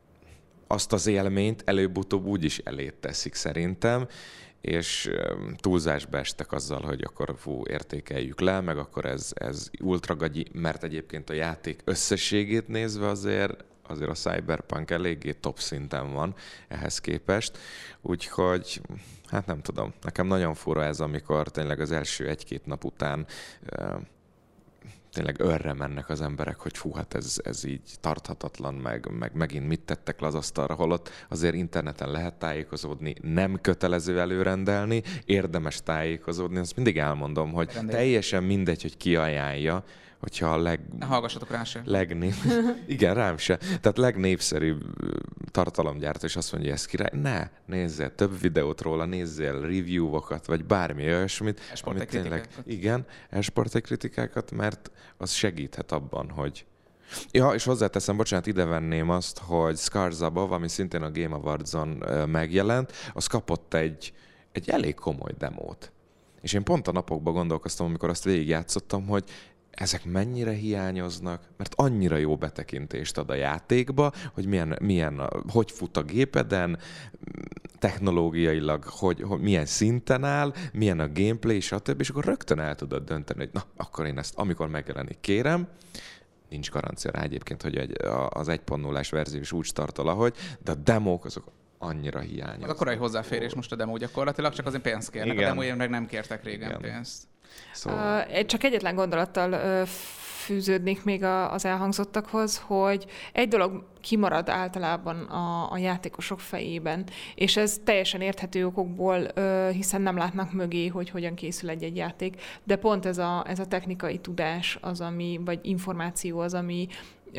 Speaker 2: azt az élményt előbb-utóbb úgy is elét teszik szerintem, és túlzásba estek azzal, hogy akkor fú, értékeljük le, meg akkor ez, ez ultragagyi, mert egyébként a játék összességét nézve azért azért a Cyberpunk eléggé top szinten van ehhez képest, úgyhogy hát nem tudom, nekem nagyon fura ez, amikor tényleg az első egy-két nap után uh, tényleg örre mennek az emberek, hogy fú, hát ez, ez így tarthatatlan, meg, meg megint mit tettek le az asztalra, holott azért interneten lehet tájékozódni, nem kötelező előrendelni, érdemes tájékozódni, azt mindig elmondom, hogy
Speaker 3: Rendelj.
Speaker 2: teljesen mindegy, hogy ki ajánlja, hogyha a leg...
Speaker 3: Ne hallgassatok rá sem.
Speaker 2: Legnép... Igen, rám se. Tehát legnépszerűbb tartalomgyártó, és azt mondja, hogy ez király. Ne, nézzél több videót róla, nézzél review-okat, vagy bármi olyasmit.
Speaker 3: Esportai kritikákat.
Speaker 2: Igen, esportai kritikákat, mert az segíthet abban, hogy... Ja, és hozzáteszem, bocsánat, ide venném azt, hogy Skarzabov, ami szintén a Game Awards-on megjelent, az kapott egy, egy elég komoly demót. És én pont a napokban gondolkoztam, amikor azt végigjátszottam, hogy ezek mennyire hiányoznak, mert annyira jó betekintést ad a játékba, hogy milyen, milyen, hogy fut a gépeden, technológiailag, hogy, hogy milyen szinten áll, milyen a gameplay, stb. És akkor rögtön el tudod dönteni, hogy na, akkor én ezt, amikor megjelenik, kérem. Nincs garancia rá egyébként, hogy egy, az egy pont nullás verzió is úgy startol, ahogy, de a demók azok annyira hiányoznak.
Speaker 3: Az a korai hozzáférés most a demo gyakorlatilag, csak azért pénzt kérnek. Igen. A demóért meg nem kértek régen Igen. pénzt.
Speaker 1: Szóval... Uh, csak egyetlen gondolattal uh, fűződnék még a, az elhangzottakhoz, hogy egy dolog kimarad általában a, a játékosok fejében, és ez teljesen érthető okokból, uh, hiszen nem látnak mögé, hogy hogyan készül egy-egy játék, de pont ez a, ez a technikai tudás az, ami, vagy információ az, ami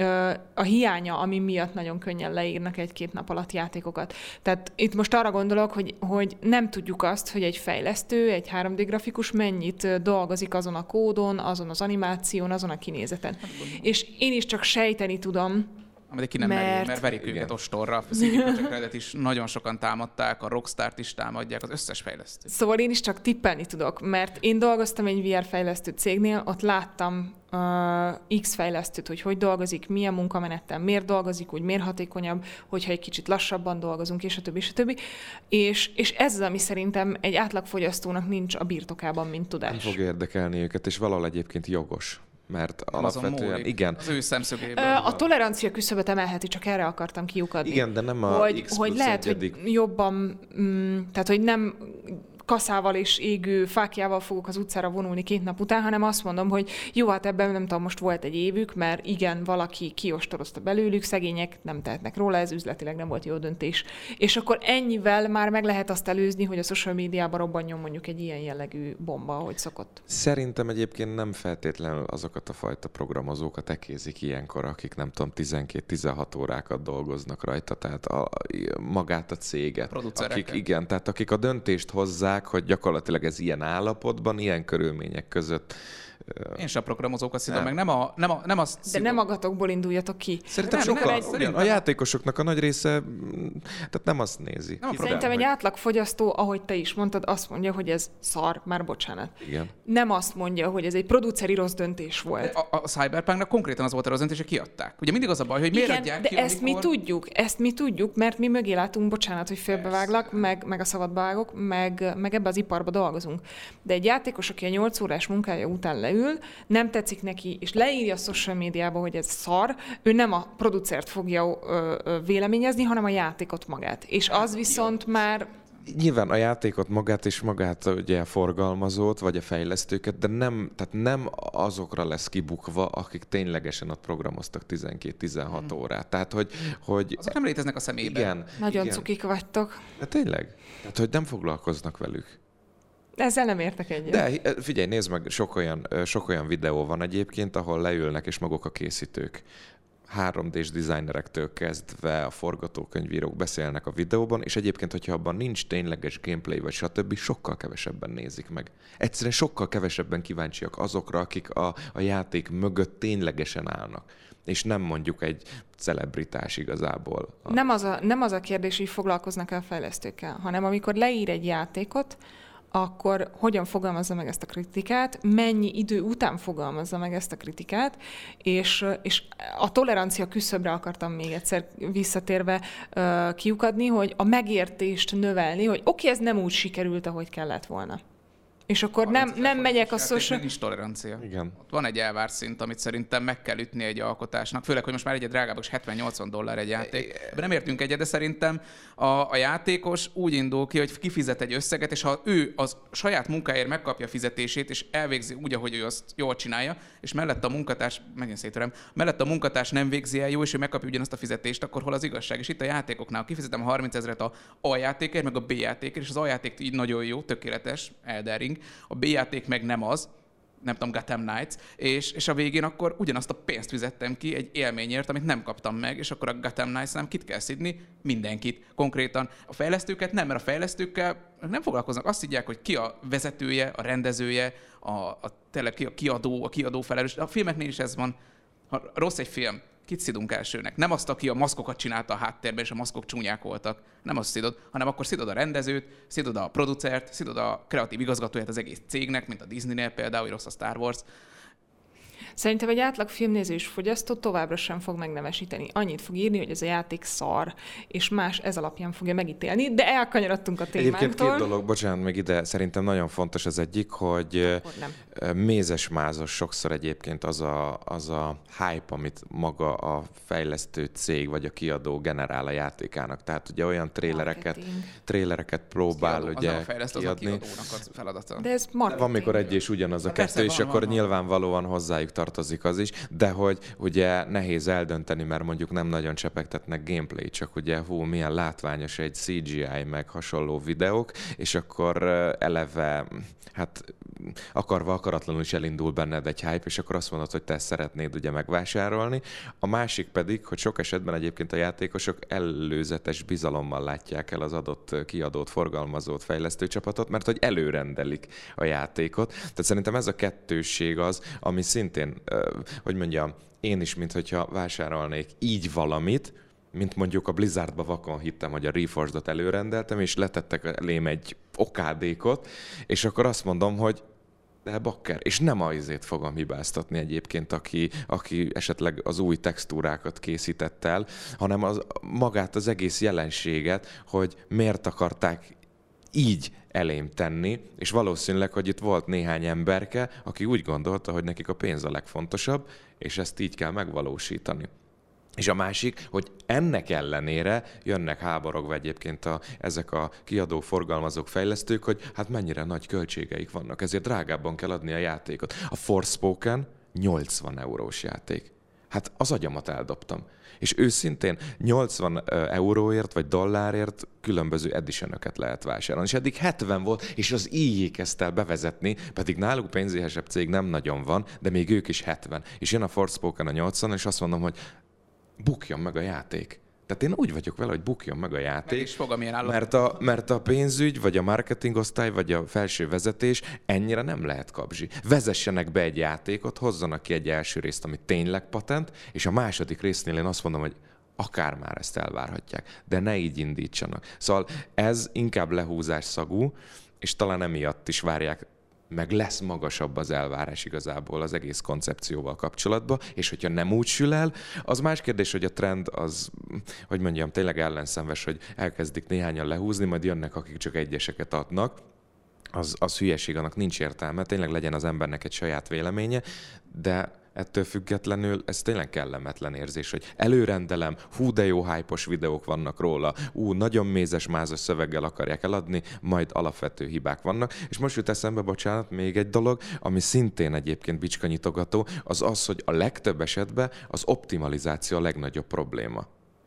Speaker 1: a hiánya, ami miatt nagyon könnyen leírnak egy-két nap alatt játékokat. Tehát itt most arra gondolok, hogy, hogy nem tudjuk azt, hogy egy fejlesztő, egy három dé grafikus mennyit dolgozik azon a kódon, azon az animáción, azon a kinézeten. És én is csak sejteni tudom,
Speaker 3: amit ki nem
Speaker 1: mert...
Speaker 3: meri, mert verik igen. őket ostorra. A cé dé Projekt Redet is nagyon sokan támadták, a Rockstart is támadják, az összes fejlesztő.
Speaker 1: Szóval én is csak tippelni tudok, mert én dolgoztam egy vé er fejlesztő cégnél, ott láttam uh, X fejlesztőt, hogy hogy dolgozik, milyen munkamenettel, miért dolgozik, úgy miért hatékonyabb, hogyha egy kicsit lassabban dolgozunk, és a többi, és a többi. És, és ez az, ami szerintem egy átlagfogyasztónak nincs a birtokában, mint tudás.
Speaker 2: Nem fog érdekelni őket, és valahol egyébként jogos. Mert alapvetően,
Speaker 3: múlik,
Speaker 2: igen.
Speaker 3: Az ő szemszögéből.
Speaker 1: A tolerancia küszöböt emelheti, csak erre akartam kiukadni.
Speaker 2: Igen, de nem a
Speaker 1: hogy,
Speaker 2: X
Speaker 1: hogy lehet, egyedik. Hogy jobban, mm, tehát hogy nem kaszával és égő fákjával fogok az utcára vonulni két nap után, hanem azt mondom, hogy jó, hát ebben nem tudom, most volt egy évük, mert igen, valaki kiostorozta belőlük, szegények nem tehetnek róla, ez üzletileg nem volt jó döntés. És akkor ennyivel már meg lehet azt előzni, hogy a social médiában robbanjon mondjuk egy ilyen jellegű bomba, ahogy szokott.
Speaker 2: Szerintem egyébként nem feltétlenül azokat a fajta programozókat ekézik ilyenkor, akik nem tudom, tizenkét-tizenhat órákat dolgoznak rajta, tehát a, magát a céget. Akik, igen, tehát akik a döntést hozzák, hogy gyakorlatilag ez ilyen állapotban, ilyen körülmények között.
Speaker 3: Én sem programozókat szidom, meg nem a... Nem a nem a
Speaker 1: De nem magatokból induljatok ki.
Speaker 2: Szerintem nem, sokkal, nem, nem, a játékosoknak a nagy része, tehát nem azt nézi. Nem
Speaker 1: Szerintem egy átlagfogyasztó, ahogy te is mondtad, azt mondja, hogy ez szar, már bocsánat.
Speaker 2: Igen.
Speaker 1: Nem azt mondja, hogy ez egy produceri rossz döntés volt.
Speaker 3: A, a Cyberpunknak konkrétan az volt a rossz döntés, hogy kiadták. Ugye mindig az a baj, hogy miért
Speaker 1: Igen,
Speaker 3: adják
Speaker 1: de
Speaker 3: ki,
Speaker 1: ezt
Speaker 3: amikor...
Speaker 1: mi tudjuk, ezt mi tudjuk, mert mi mögé látunk, bocsánat, hogy félbeváglak, meg, meg a szabadba vágok, meg, meg ebbe az iparba dolgozunk. De egy játékos, aki a nyolc órás munkája után leül, nem tetszik neki, és leírja a social médiába, hogy ez szar, ő nem a producert fogja ö, ö, véleményezni, hanem a játékot magát. És az viszont már...
Speaker 2: Nyilván a játékot magát és magát ugye a forgalmazót, vagy a fejlesztőket, de nem, tehát nem azokra lesz kibukva, akik ténylegesen ott programoztak tizenkét-tizenhat hmm. órát. Tehát, hogy... hogy
Speaker 3: azok nem léteznek a szemében.
Speaker 2: Igen.
Speaker 1: Nagyon
Speaker 2: igen.
Speaker 1: cukik vagytok.
Speaker 2: De tényleg? Tehát, hogy nem foglalkoznak velük.
Speaker 1: Ezzel nem értek egyet.
Speaker 2: De figyelj, nézd meg, sok olyan, sok olyan videó van egyébként, ahol leülnek és maguk a készítők. három dés designerektől kezdve a forgatókönyvírók beszélnek a videóban, és egyébként, hogyha abban nincs tényleges gameplay vagy stb., sokkal kevesebben nézik meg. Egyszerűen sokkal kevesebben kíváncsiak azokra, akik a, a játék mögött ténylegesen állnak. És nem mondjuk egy celebritás igazából.
Speaker 1: Nem az a, nem az a kérdés, hogy foglalkoznak el fejlesztőkkel, hanem amikor leír egy játékot, akkor hogyan fogalmazza meg ezt a kritikát, mennyi idő után fogalmazza meg ezt a kritikát, és, és a tolerancia küszöbre akartam még egyszer visszatérve uh, kiukadni, hogy a megértést növelni, hogy oké, okay, ez nem úgy sikerült, ahogy kellett volna. És akkor nem, nem megyek a social...
Speaker 3: Nincs tolerancia.
Speaker 2: Igen.
Speaker 3: Ott van egy elvárt szint, amit szerintem meg kell ütni egy alkotásnak. Főleg, hogy most már egyre drágább, és hetven-nyolcvan dollár egy játék. Ebben nem értünk egyet, de szerintem a, a játékos úgy indul ki, hogy kifizet egy összeget, és ha ő az saját munkáért megkapja a fizetését, és elvégzi úgy, ahogy ő azt jól csinálja, és mellett a munkatárs, megint szétörem, mellett a munkatárs nem végzi el jó, és ő megkapja ugyanazt a fizetést, akkor hol az igazság? És itt a játékoknál kifizetem a harminc ezret a A játékért, meg a B játékért, és az A játék így nagyon jó, tökéletes, Elden Ring. A B játék meg nem az, nem tudom, Gotham Knights, és, és a végén akkor ugyanazt a pénzt fizettem ki egy élményért, amit nem kaptam meg, és akkor a Gotham Knights-nál kit kell szidni? Mindenkit. Konkrétan a fejlesztőket nem, mert a fejlesztőkkel nem foglalkoznak. Azt higgyák, hogy ki a vezetője, a rendezője, a, a, tényleg ki a kiadó, a kiadó felelős. A filmeknél is ez van. Ha rossz egy film, kit szidunk elsőnek? Nem azt, aki a maszkokat csinálta a háttérben, és a maszkok csúnyák voltak. Nem azt szidod, hanem akkor szidod a rendezőt, szidod a producert, szidod a kreatív igazgatóját az egész cégnek, mint a Disneynél például, hogy rossz a Star Wars.
Speaker 1: Szerintem egy átlag filmnéző és fogyasztó továbbra sem fog megnevesíteni. Annyit fog írni, hogy ez a játék szar, és más ez alapján fogja megítélni, de elkanyarodtunk a témánktól.
Speaker 2: Egyébként két dolog, bocsánat, még ide szerintem nagyon fontos az egyik, hogy mézes-mázos sokszor egyébként az a, az a hype, amit maga a fejlesztő cég vagy a kiadó generál a játékának. Tehát ugye olyan trélereket, trélereket próbál
Speaker 3: kiadó,
Speaker 2: ugye
Speaker 3: az a fejlesztő,
Speaker 2: kiadni.
Speaker 3: Az a kiadónak a feladata.
Speaker 1: De ez marketing.
Speaker 2: Van, mikor egy és ugyanaz a
Speaker 3: Persze,
Speaker 2: kettő, és
Speaker 3: van,
Speaker 2: akkor
Speaker 3: van, van.
Speaker 2: nyilvánvalóan hozzájuk tartozik az is, de hogy ugye nehéz eldönteni, mert mondjuk nem nagyon csepegtetnek gameplay, csak ugye hú, milyen látványos egy cé gé í meg hasonló videók, és akkor eleve, hát akarva akaratlanul is elindul benned egy hype, és akkor azt mondod, hogy te szeretnéd ugye megvásárolni. A másik pedig, hogy sok esetben egyébként a játékosok előzetes bizalommal látják el az adott kiadót, forgalmazót, fejlesztőcsapatot, mert hogy előrendelik a játékot. Tehát szerintem ez a kettősség az, ami szintén, hogy mondjam, én is, mintha vásárolnék így valamit, mint mondjuk a Blizzardba vakon hittem, hogy a Reforged-ot előrendeltem, és letettek elém egy okádékot, és akkor azt mondom, hogy de bakker, és nem a izét fogom hibáztatni egyébként, aki, aki esetleg az új textúrákat készített el, hanem az, magát az egész jelenséget, hogy miért akarták így elém tenni, és valószínűleg, hogy itt volt néhány emberke, aki úgy gondolta, hogy nekik a pénz a legfontosabb, és ezt így kell megvalósítani. És a másik, hogy ennek ellenére jönnek háborogva egyébként a, ezek a kiadó, forgalmazók, fejlesztők, hogy hát mennyire nagy költségeik vannak, ezért drágábban kell adni a játékot. A Forspoken nyolcvan eurós játék. Hát az agyamat eldobtam. És őszintén nyolcvan euróért vagy dollárért különböző editionöket lehet vásárolni. És eddig hetven volt, és az í á kezdte el bevezetni, pedig náluk pénzéhesebb cég nem nagyon van, de még ők is hetven. És jön a Forspoken a nyolcvan, és azt mondom, hogy bukjon meg a játék. Tehát én úgy vagyok vele, hogy bukjon meg a játék,
Speaker 3: meg is fog,
Speaker 2: mert, a, mert a pénzügy, vagy a marketingosztály, vagy a felső vezetés ennyire nem lehet kapzsi. Vezessenek be egy játékot, hozzanak ki egy első részt, ami tényleg patent, és a második résznél én azt mondom, hogy akár már ezt elvárhatják, de ne így indítsanak. Szóval ez inkább lehúzás szagú, és talán emiatt is várják, meg lesz magasabb az elvárás igazából az egész koncepcióval kapcsolatban, és hogyha nem úgy sül el, az más kérdés, hogy a trend az, hogy mondjam, tényleg ellenszenves, hogy elkezdik néhányan lehúzni, majd jönnek, akik csak egyeseket adnak, az, az hülyeség, annak nincs értelme, tényleg legyen az embernek egy saját véleménye, de ettől függetlenül ez tényleg kellemetlen érzés, hogy előrendelem, hú de jó hype-os videók vannak róla, ú, nagyon mézes-mázos szöveggel akarják eladni, majd alapvető hibák vannak. És most jut eszembe, bocsánat, még egy dolog, ami szintén egyébként bicskanyitogató, az az, hogy a legtöbb esetben az optimalizáció a legnagyobb probléma.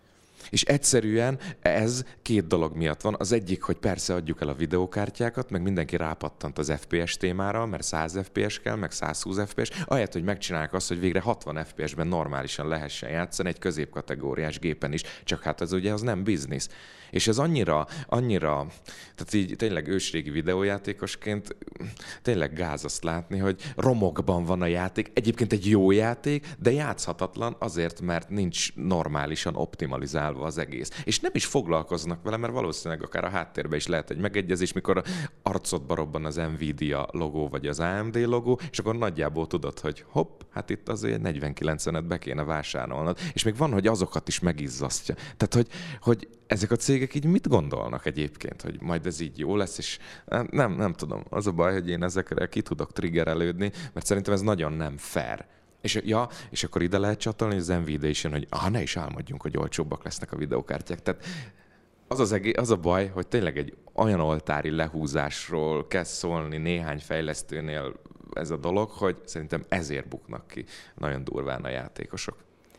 Speaker 2: És egyszerűen ez két dolog miatt van. Az egyik, hogy persze adjuk el a videókártyákat, meg mindenki rápattant az ef pé es témára, mert száz ef pé es kell, meg százhúsz ef pé es, ahelyett, hogy megcsinálják azt, hogy végre hatvan ef pé es-ben normálisan lehessen játszani egy középkategóriás gépen is, csak hát ez ugye az nem biznisz. És ez annyira, annyira, tehát így tényleg ősrégi videójátékosként tényleg gáz azt látni, hogy romokban van a játék, egyébként egy jó játék, de játszhatatlan azért, mert nincs normálisan optimalizálva az egész. És nem is foglalkoznak vele, mert valószínűleg akár a háttérben is lehet egy megegyezés, mikor arcodba robban az Nvidia logó, vagy az á em dé logó, és akkor nagyjából tudod, hogy hopp, hát itt azért negyven kilencvenet be kéne vásárolnod. És még van, hogy azokat is megizzasztja. Tehát, hogy, hogy ezek a cégek így mit gondolnak egyébként, hogy majd ez így jó lesz, és nem, nem tudom. Az a baj, hogy én ezekre ki tudok triggerelődni, mert szerintem ez nagyon nem fair. És, ja, és akkor ide lehet csatolni az Nvidia is jön, hogy ah, ne is álmodjunk, hogy olcsóbbak lesznek a videókártyák. Tehát az, az, egész, az a baj, hogy tényleg egy olyan oltári lehúzásról kezd szólni néhány fejlesztőnél ez a dolog, hogy szerintem ezért buknak ki nagyon durván a játékosok.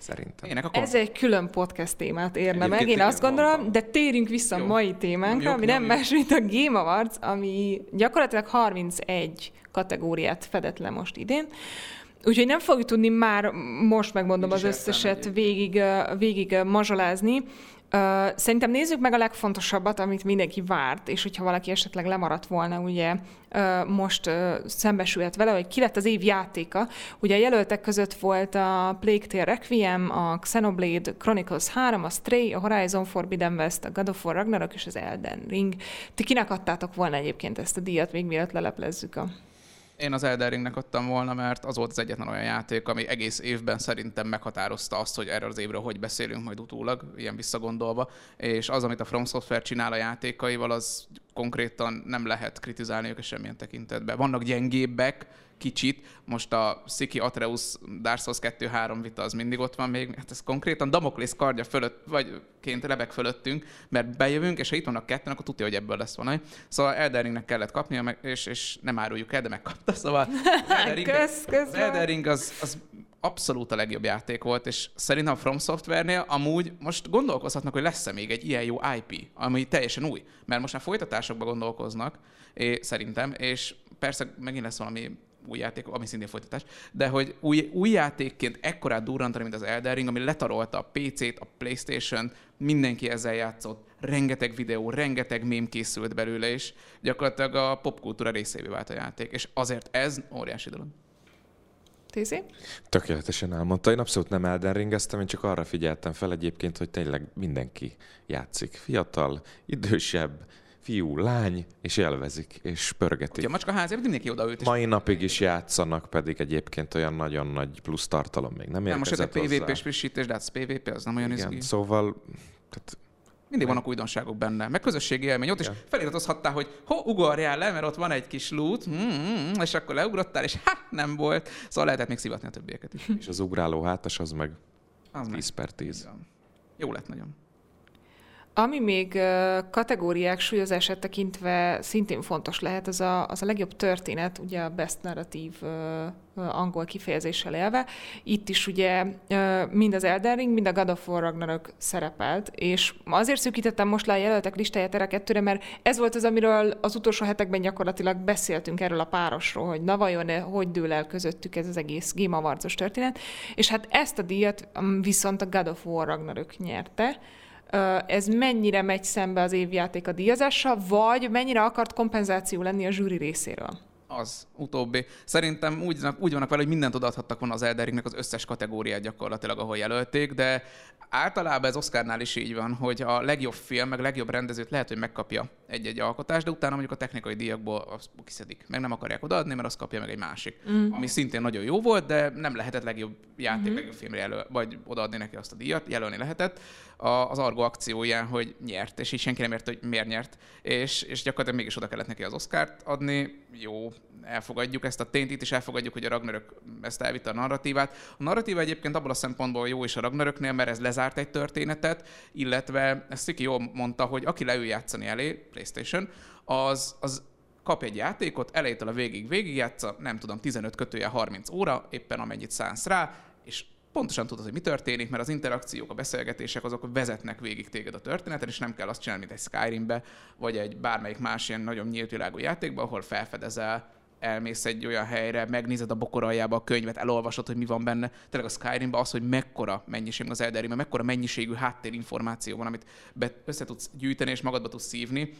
Speaker 2: Szerintem.
Speaker 3: Ének a
Speaker 1: Ez egy külön podcast témát érne meg, én
Speaker 2: igen,
Speaker 1: azt gondolom,
Speaker 2: van, van.
Speaker 1: de térjünk vissza
Speaker 3: Jó.
Speaker 1: a mai témánkra,
Speaker 3: Jó,
Speaker 1: ami
Speaker 3: jó,
Speaker 1: nem
Speaker 3: jó.
Speaker 1: más, mint a Game Awards, ami gyakorlatilag harmincegy kategóriát fedett le most idén. Úgyhogy nem fogjuk tudni már, most megmondom,
Speaker 3: Nincs
Speaker 1: az
Speaker 3: is értelme
Speaker 1: összeset végig, ö, végig ö, mazsolázni. Ö, Szerintem nézzük meg a legfontosabbat, amit mindenki várt, és hogyha valaki esetleg lemaradt volna, ugye ö, most ö, szembesülhet vele, hogy ki lett az év játéka. Ugye a jelöltek között volt a Plague Tale Requiem, a Xenoblade Chronicles három, a Stray, a Horizon Forbidden West, a God of War Ragnarok és az Elden Ring. Ti kinek adtátok volna egyébként ezt a díjat, még mielőtt leleplezzük a...
Speaker 3: Én az Elden Ringnek adtam volna, mert az volt az egyetlen olyan játék, ami egész évben szerintem meghatározta azt, hogy erről az évről hogy beszélünk majd utólag, ilyen visszagondolva, és az, amit a From Software csinál a játékaival, az konkrétan nem lehet kritizálni őket semmilyen tekintetben. Vannak gyengébbek, kicsit, most a Siki Atreus Dark Souls kettő három vita az mindig ott van még, hát ez konkrétan Damoklész kardja fölött, vagy ként lebeg fölöttünk, mert bejövünk, és ha itt vannak ketten, akkor tudja, hogy ebből lesz valami. Szóval Elden Ringnek kellett kapnia, meg, és, és nem áruljuk el, de megkapta. Szóval az Elden Ring,
Speaker 1: Kösz, kösz,
Speaker 3: az Elden Ring az, az abszolút a legjobb játék volt, és szerintem a From Software-nél amúgy most gondolkozhatnak, hogy lesz-e még egy ilyen jó i pé, ami teljesen új, mert most már folytatásokba gondolkoznak, és, szerintem, és persze megint lesz valami új játék, ami szintén folytatás, de hogy új, új játékként ekkorát durrantani, mint az Elden Ring, ami letarolta a pé cét, a PlayStation-t, mindenki ezzel játszott, rengeteg videó, rengeteg mém készült belőle, és gyakorlatilag a popkultúra részévé vált a játék, és azért ez óriási dolog.
Speaker 1: Tézi?
Speaker 2: Tökéletesen elmondta. Én abszolút nem Elden Ringeztem, én csak arra figyeltem fel egyébként, hogy tényleg mindenki játszik. Fiatal, idősebb, fiú, lány, és élvezik, és pörgetik.
Speaker 3: Ugye a macskaházi, mindenki odaült. És
Speaker 2: Mai napig is játszanak, pedig egyébként olyan nagyon nagy plusz tartalom még nem
Speaker 3: nem, most ez a
Speaker 2: érkezett hozzá.
Speaker 3: pé vé pés frissítés, de hát pé vé pé az nem olyan
Speaker 2: Igen,
Speaker 3: izgi.
Speaker 2: szóval... Tehát,
Speaker 3: Mindig vannak újdonságok benne. Meg közösségi élmény ott, és
Speaker 2: igen.
Speaker 3: feliratozhattál, hogy ho, ugorjál le, mert ott van egy kis loot, mm-hmm, és akkor leugrottál, és ha, nem volt. Szóval lehetett még szivatni a többieket is.
Speaker 2: és az ugráló hátas az meg
Speaker 3: Az meg.
Speaker 2: tíz per tíz.
Speaker 3: Jó lett nagyon.
Speaker 1: Ami még ö, kategóriák súlyozását tekintve szintén fontos lehet, az a, az a legjobb történet, ugye a Best Narrative ö, ö, angol kifejezéssel élve. Itt is ugye ö, mind az Elden Ring, mind a God of War Ragnarok szerepelt, és azért szűkítettem most le a jelöltek listáját erre a kettőre, mert ez volt az, amiről az utolsó hetekben gyakorlatilag beszéltünk erről a párosról, hogy na vajon hogy dől el közöttük ez az egész Game Awards-os történet, és hát ezt a díjat viszont a God of War Ragnarok nyerte. Ez mennyire megy szembe az évjáték a díjazással, vagy mennyire akart kompenzáció lenni a zsűri részéről?
Speaker 3: Az utóbbi. Szerintem úgy, úgy vannak vele, hogy mindent odaadhattak volna az Elden Ringnek az összes kategóriát gyakorlatilag, ahol jelölték, de általában ez Oscarnál is így van, hogy a legjobb film, meg a legjobb rendezőt lehet, hogy megkapja egy-egy alkotás, de utána mondjuk a technikai díjakból azt kiszedik. Meg nem akarják odaadni, mert azt kapja meg egy másik. Mm. Ami szintén nagyon jó volt, de nem lehetett legjobb játék, mm. legjobb filmre jelöl, vagy odaadni neki azt a díjat, jelölni lehetett. A, az Argo akcióján, hogy nyert, és így senki nem ért, hogy miért nyert, és, és gyakorlatilag mégis oda kellett neki az Oscart adni. Jó, elfogadjuk ezt a tényt, itt is elfogadjuk, hogy a Ragnarök ezt elvitte a narratívát. A narratíva egyébként abból a szempontból jó is a Ragnaröknél, mert ez lezárt egy történetet, illetve ezt Sziki jól mondta, hogy aki leül játszani elé, PlayStation, az, az kap egy játékot, elejétől a végig végigjátsza, nem tudom, tizenöt kötője harminc óra, éppen amennyit szánsz rá, és pontosan tudod, hogy mi történik, mert az interakciók, a beszélgetések azok vezetnek végig téged a történeten, és nem kell azt csinálni, mint egy Skyrimbe, vagy egy bármelyik más ilyen nagyon nyílt világú játékba, ahol felfedezel, elmész egy olyan helyre, megnézed a bokor aljába a könyvet, elolvasod, hogy mi van benne. Tényleg a Skyrimben az, hogy mekkora mennyiség az Elden Ringben, mekkora mennyiségű háttérinformáció van, amit össze tudsz gyűjteni és magadba tudsz szívni,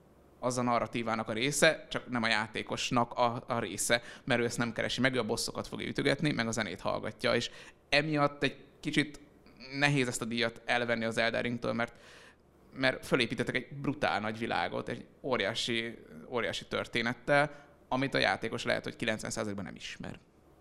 Speaker 3: az a narratívának a része, csak nem a játékosnak a, a része, mert ő ezt nem keresi meg, ő a bosszokat fogja ütögetni, meg a zenét hallgatja, és emiatt egy kicsit nehéz ezt a díjat elvenni az Elden Ringtől, mert, mert fölépítettek egy brutál nagy világot, egy óriási, óriási történettel, amit a játékos lehet, hogy kilencven százalékban nem ismer.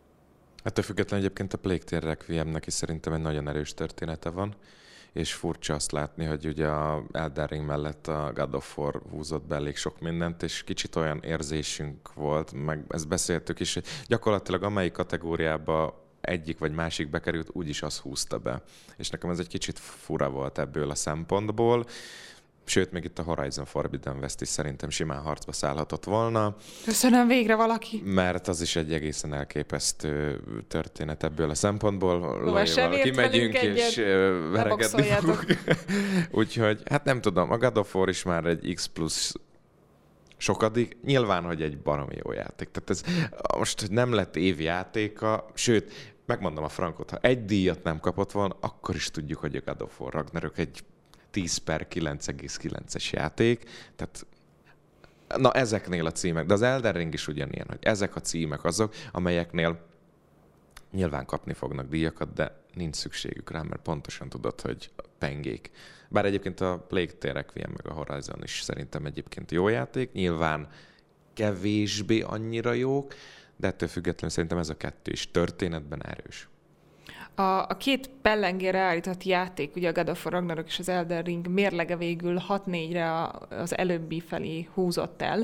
Speaker 2: Ettől függetlenül egyébként a Plague Tale Requiemnek is szerintem egy nagyon erős története van, és furcsa azt látni, hogy ugye a Elden Ring mellett a God of War húzott be elég sok mindent, és kicsit olyan érzésünk volt, meg ezt beszéltük is, hogy gyakorlatilag amelyik kategóriába egyik vagy másik bekerült, úgyis az húzta be. És nekem ez egy kicsit fura volt ebből a szempontból. Sőt, még itt a Horizon Forbidden West is szerintem simán harcba szállhatott volna.
Speaker 1: Köszönöm végre valaki.
Speaker 2: Mert az is egy egészen elképesztő történet ebből a szempontból.
Speaker 1: Valaki
Speaker 2: kimegyünk és verekedni fogunk. Úgyhogy, hát nem tudom, a God of War is már egy X plusz sokadik. Nyilván, hogy egy baromi jó játék. Tehát ez most nem lett évi játéka, sőt, megmondom a frankot, ha egy díjat nem kapott volna, akkor is tudjuk, hogy a God of War Ragnarök egy tíz per kilenc egész kilences játék. Tehát na ezeknél a címek, de az Elden Ring is ugyanilyen, hogy ezek a címek azok, amelyeknél nyilván kapni fognak díjakat, de nincs szükségük rá, mert pontosan tudod, hogy pengék. Bár egyébként a Plague Tale Requiem meg a Horizon is szerintem egyébként jó játék, nyilván kevésbé annyira jók, de ettől függetlenül szerintem ez a kettő is történetben erős.
Speaker 1: A, a két pellengére állított játék, ugye a God of War Ragnarök és az Elden Ring mérlege végül hat négyre az előbbi felé húzott el,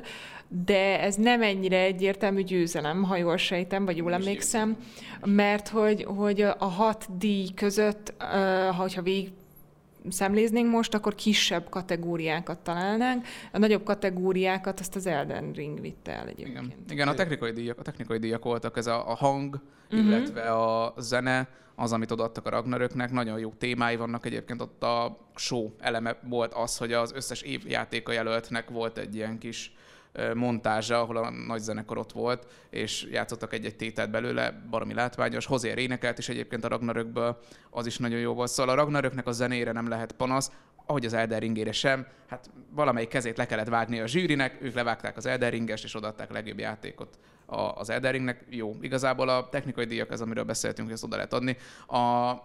Speaker 1: de ez nem ennyire egyértelmű győzelem, ha jól sejtem, vagy jól emlékszem, mert hogy, hogy a hat díj között, ha végig szemléznénk most, akkor kisebb kategóriákat találnánk. A nagyobb kategóriákat azt az Elden Ring vitte el egyébként.
Speaker 3: Igen, Igen a, technikai díjak, a technikai díjak voltak, ez a, a hang, uh-huh. illetve a zene, az, amit odaadtak a Ragnaröknek. Nagyon jó témái vannak egyébként, ott a show eleme volt az, hogy az összes évjátéka jelöltnek volt egy ilyen kis montázsa, ahol a nagy zenekar ott volt, és játszottak egy-egy tételt belőle, baromi látványos. Hozér énekelt is egyébként a Ragnarökből, az is nagyon jó volt. Szóval a Ragnaröknek a zenére nem lehet panasz, ahogy az Elden Ringére sem. Hát valamelyik kezét le kellett vágni a zsűrinek, ők levágták az Elden Ringest, és odaadták a legjobb játékot az Elden Ringnek. Jó, igazából a technikai díjak, ez amiről beszéltünk, hogy ezt oda lehet adni. A,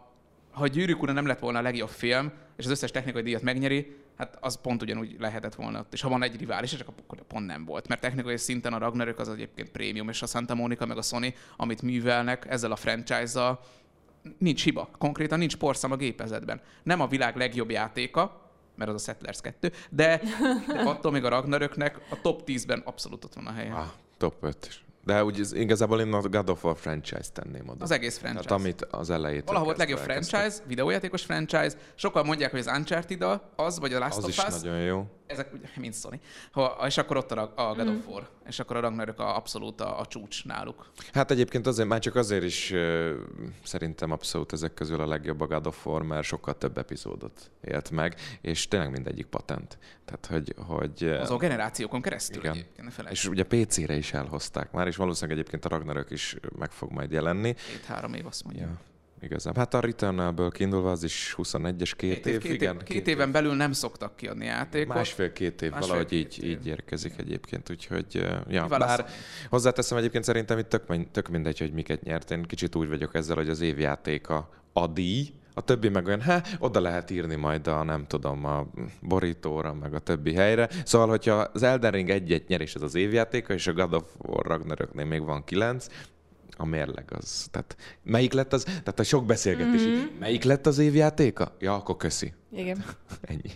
Speaker 3: ha Gyűrűk ura nem lett volna a legjobb film, és az összes technikai díjat megnyeri, hát az pont ugyanúgy lehetett volna ott. És ha van egy rivális, csak akkor pont nem volt. Mert technikai szinten a Ragnarök az egyébként prémium, és a Santa Monica meg a Sony, amit művelnek ezzel a franchise-zal, nincs hiba. Konkrétan nincs porszem a gépezetben. Nem a világ legjobb játéka, mert az a Settlers kettő, de, de attól még a Ragnaröknek a top tízben abszolút ott van a helye.
Speaker 2: Ah, top öt is. De úgy igazából én a God of War franchise tenném oda.
Speaker 3: Az egész franchise.
Speaker 2: Tehát amit az elejét.
Speaker 3: Valahol volt legjobb franchise, videójátékos franchise. Sokan mondják, hogy az Uncharted az, vagy a Last
Speaker 2: az
Speaker 3: of
Speaker 2: is
Speaker 3: Us.
Speaker 2: nagyon jó.
Speaker 3: Ezek ugye, mint Sony. Ha, és akkor ott a, a God mm. of War, és akkor a Ragnarök a, abszolút a, a csúcs náluk.
Speaker 2: Hát egyébként azért, már csak azért is uh, szerintem abszolút ezek közül a legjobb a God of War, mert sokkal több epizódot élt meg, és tényleg mindegyik patent. Tehát, hogy... hogy
Speaker 3: azon generációkon keresztül
Speaker 2: igen.
Speaker 3: egyébként.
Speaker 2: És ugye pé cére is elhozták már, és valószínűleg egyébként a Ragnarök is meg fog majd jelenni.
Speaker 3: Két-három év, azt mondja.
Speaker 2: Ja. Igazán. Hát a Returnal-ből kiindulva az is huszonegyes, két, két év, év,
Speaker 3: két
Speaker 2: igen.
Speaker 3: Év, két, két éven belül nem szoktak kiadni játékot.
Speaker 2: Másfél-két év, Másfél, valahogy két így, év. így érkezik egyébként, úgyhogy ja, bár hozzáteszem egyébként szerintem itt tök, tök mindegy, hogy miket nyert. Én kicsit úgy vagyok ezzel, hogy az évjátéka a díj, a többi meg olyan, hát oda lehet írni majd a, nem tudom, a borítóra, meg a többi helyre. Szóval, hogyha az Elden Ring egyet nyer, és ez az évjátéka, és a God of War Ragnaröknél még van kilenc, a mérleg az. Tehát melyik lett az? Tehát a sok beszélgetés. Mm-hmm. Melyik lett az évjátéka? Ja, akkor köszi.
Speaker 1: Igen.
Speaker 2: Ennyi.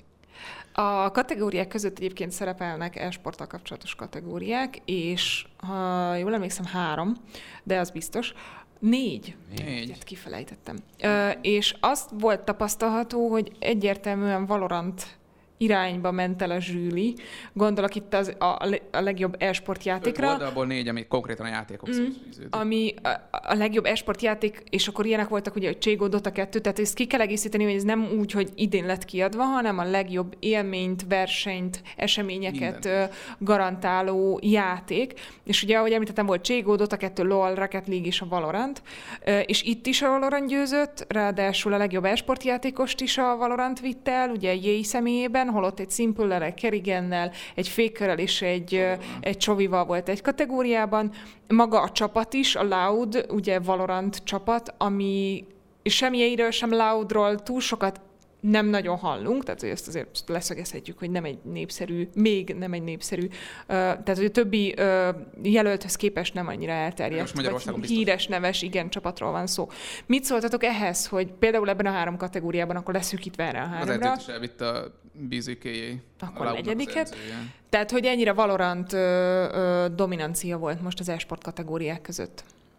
Speaker 1: A kategóriák között egyébként szerepelnek e-sporttal kapcsolatos kategóriák, és ha jól emlékszem, három, de az biztos. Négy.
Speaker 3: Négy.
Speaker 1: Egyet kifelejtettem. Ö, és azt volt tapasztalható, hogy egyértelműen Valorant irányba ment el a zsűri. Gondolok itt az, a, a legjobb e-sport játékra.
Speaker 3: Öt oldalból négy, ami konkrétan a játékok mm,
Speaker 1: ami a, a legjobb e-sport játék, és akkor ilyenek voltak ugye, hogy Cségó, Dota kettő, tehát ezt ki kell egészíteni, hogy ez nem úgy, hogy idén lett kiadva, hanem a legjobb élményt, versenyt, eseményeket Minden. garantáló játék. És ugye, ahogy említettem, volt Cségó, Dota kettő, LOL, Rocket League és a Valorant. És itt is a Valorant győzött, ráadásul a legjobb e-sport játékost is a Valorant vitt el, ugye Jay személyében, holott egy Simple-lel, egy Kerrigannel, egy Fakerrel és egy, egy Csovival volt egy kategóriában. Maga a csapat is, a Loud, ugye Valorant csapat, ami sem Jayről, sem Loudról túl sokat nem nagyon hallunk, tehát hogy ezt azért leszögezhetjük, hogy nem egy népszerű, még nem egy népszerű, tehát hogy a többi jelölthöz képest nem annyira elterjedt, vagy híres, neves, igen, csapatról van szó. Mit szóltatok ehhez, hogy például ebben a három kategóriában, akkor leszűkítve erre a háromra?
Speaker 3: Az edzőt is elvitt a bízőkéjé.
Speaker 1: Akkor negyediket. Tehát, hogy ennyire Valorant ö, ö, dominancia volt most az e-sport kategóriák között.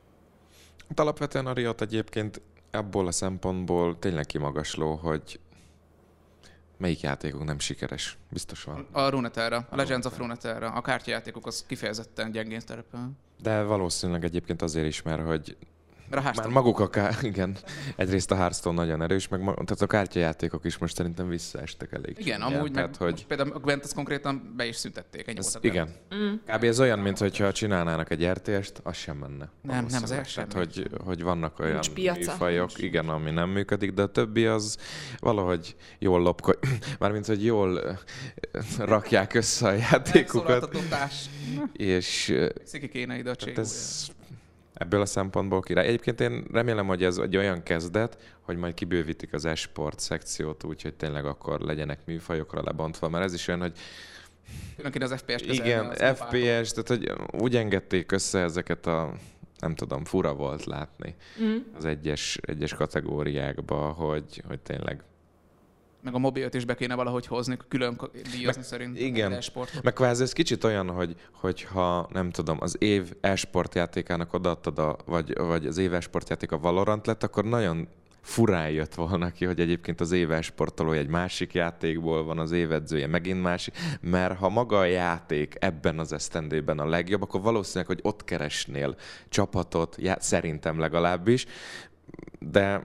Speaker 2: Hát alapvetően a Riot egyébként abból a szempontból tényleg kimagasló, hogy Melyik játékok nem sikeres? Biztos van.
Speaker 3: A Runeterra, a Legends of Runeterra. A kártyajátékok az kifejezetten gyengén szerepel.
Speaker 2: De valószínűleg egyébként azért is, mert hogy
Speaker 3: mert
Speaker 2: már maguk a ká... igen, egyrészt a Hearthstone nagyon erős, meg ma... tehát a kártyajátékok is most szerintem visszaestek elég.
Speaker 3: Igen,
Speaker 2: csúnyán,
Speaker 3: amúgy
Speaker 2: tehát,
Speaker 3: meg
Speaker 2: hogy...
Speaker 3: most például a Gwent azt konkrétan be is szüntették. Ennyi
Speaker 2: Ez,
Speaker 3: volt a
Speaker 2: igen. Mm. Kb. Ez olyan, mint hogyha csinálnának egy er té est, az sem menne.
Speaker 3: Nem, nem, az er sem.
Speaker 2: Tehát, hogy, hogy vannak olyan
Speaker 1: műfajok,
Speaker 2: igen, ami nem működik, de a többi az valahogy jól lopkod, mármint, hogy jól rakják össze a játékokat. És...
Speaker 3: Sziki kéne ide a cségó.
Speaker 2: Ebből a szempontból király. Egyébként én remélem, hogy ez egy olyan kezdet, hogy majd kibővítik az e-sport szekciót úgy, hogy tényleg akkor legyenek műfajokra lebontva, mert ez is olyan, hogy
Speaker 3: Önként az ef pé es
Speaker 2: igen, ef pé es, tehát hogy úgy engedték össze ezeket a, nem tudom, fura volt látni mm. az egyes, egyes kategóriákba, hogy, hogy tényleg
Speaker 3: meg a mobilt is be kéne valahogy hozni, külön díjazni
Speaker 2: meg,
Speaker 3: szerint.
Speaker 2: Igen, e-sportot. Meg kvázi ez kicsit olyan, hogy, hogyha nem tudom, az év e-sport játékának odaadtad, a, vagy, vagy az év e-sport játék a Valorant lett, akkor nagyon furán jött volna ki, hogy egyébként az év e-sportolója egy másik játékból van, az évedzője megint másik, mert ha maga a játék ebben az esztendőben a legjobb, akkor valószínűleg, hogy ott keresnél csapatot, já, szerintem legalábbis, de...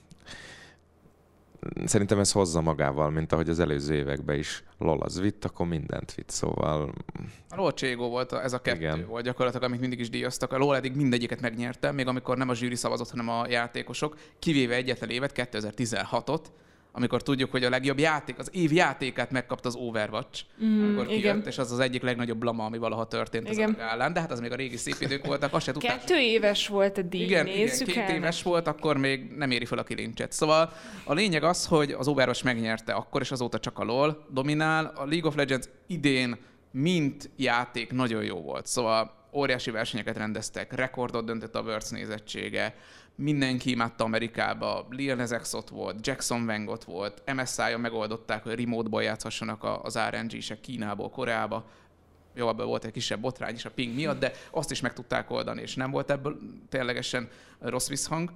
Speaker 2: Szerintem ez hozza magával, mint ahogy az előző években is LOL az vitt, akkor mindent vitt, szóval...
Speaker 3: A LOL cségó volt, ez a kettő igen. volt gyakorlatilag, amit mindig is díjaztak. A LOL eddig mindegyiket megnyerte, még amikor nem a zsűri szavazott, hanem a játékosok, kivéve egyetlen évet, kétezer-tizenhatot, amikor tudjuk, hogy a legjobb játék, az év játékát megkapta az Overwatch, mm, amikor kijött, és az az egyik legnagyobb blama, ami valaha történt az a gálán, de hát az még a régi szép idők voltak, azt se tudták.
Speaker 1: Kettő éves volt a díj,
Speaker 3: igen,
Speaker 1: nézzük
Speaker 3: igen, két
Speaker 1: el.
Speaker 3: éves volt, akkor még nem éri fel a kilincset. Szóval a lényeg az, hogy az Overwatch megnyerte akkor, és azóta csak a LoL dominál. A League of Legends idén mint játék nagyon jó volt, szóval óriási versenyeket rendeztek, rekordot döntött a Worlds nézettsége, mindenki imádta Amerikába, Lil Nas X ott volt, Jackson Wang ott volt, em es i-on megoldották, hogy remote-ból játszhassanak az er en gé-sek Kínából, Koreába. Jó, abban volt egy kisebb botrány is a ping miatt, de azt is meg tudták oldani, és nem volt ebből ténylegesen rossz visszhang.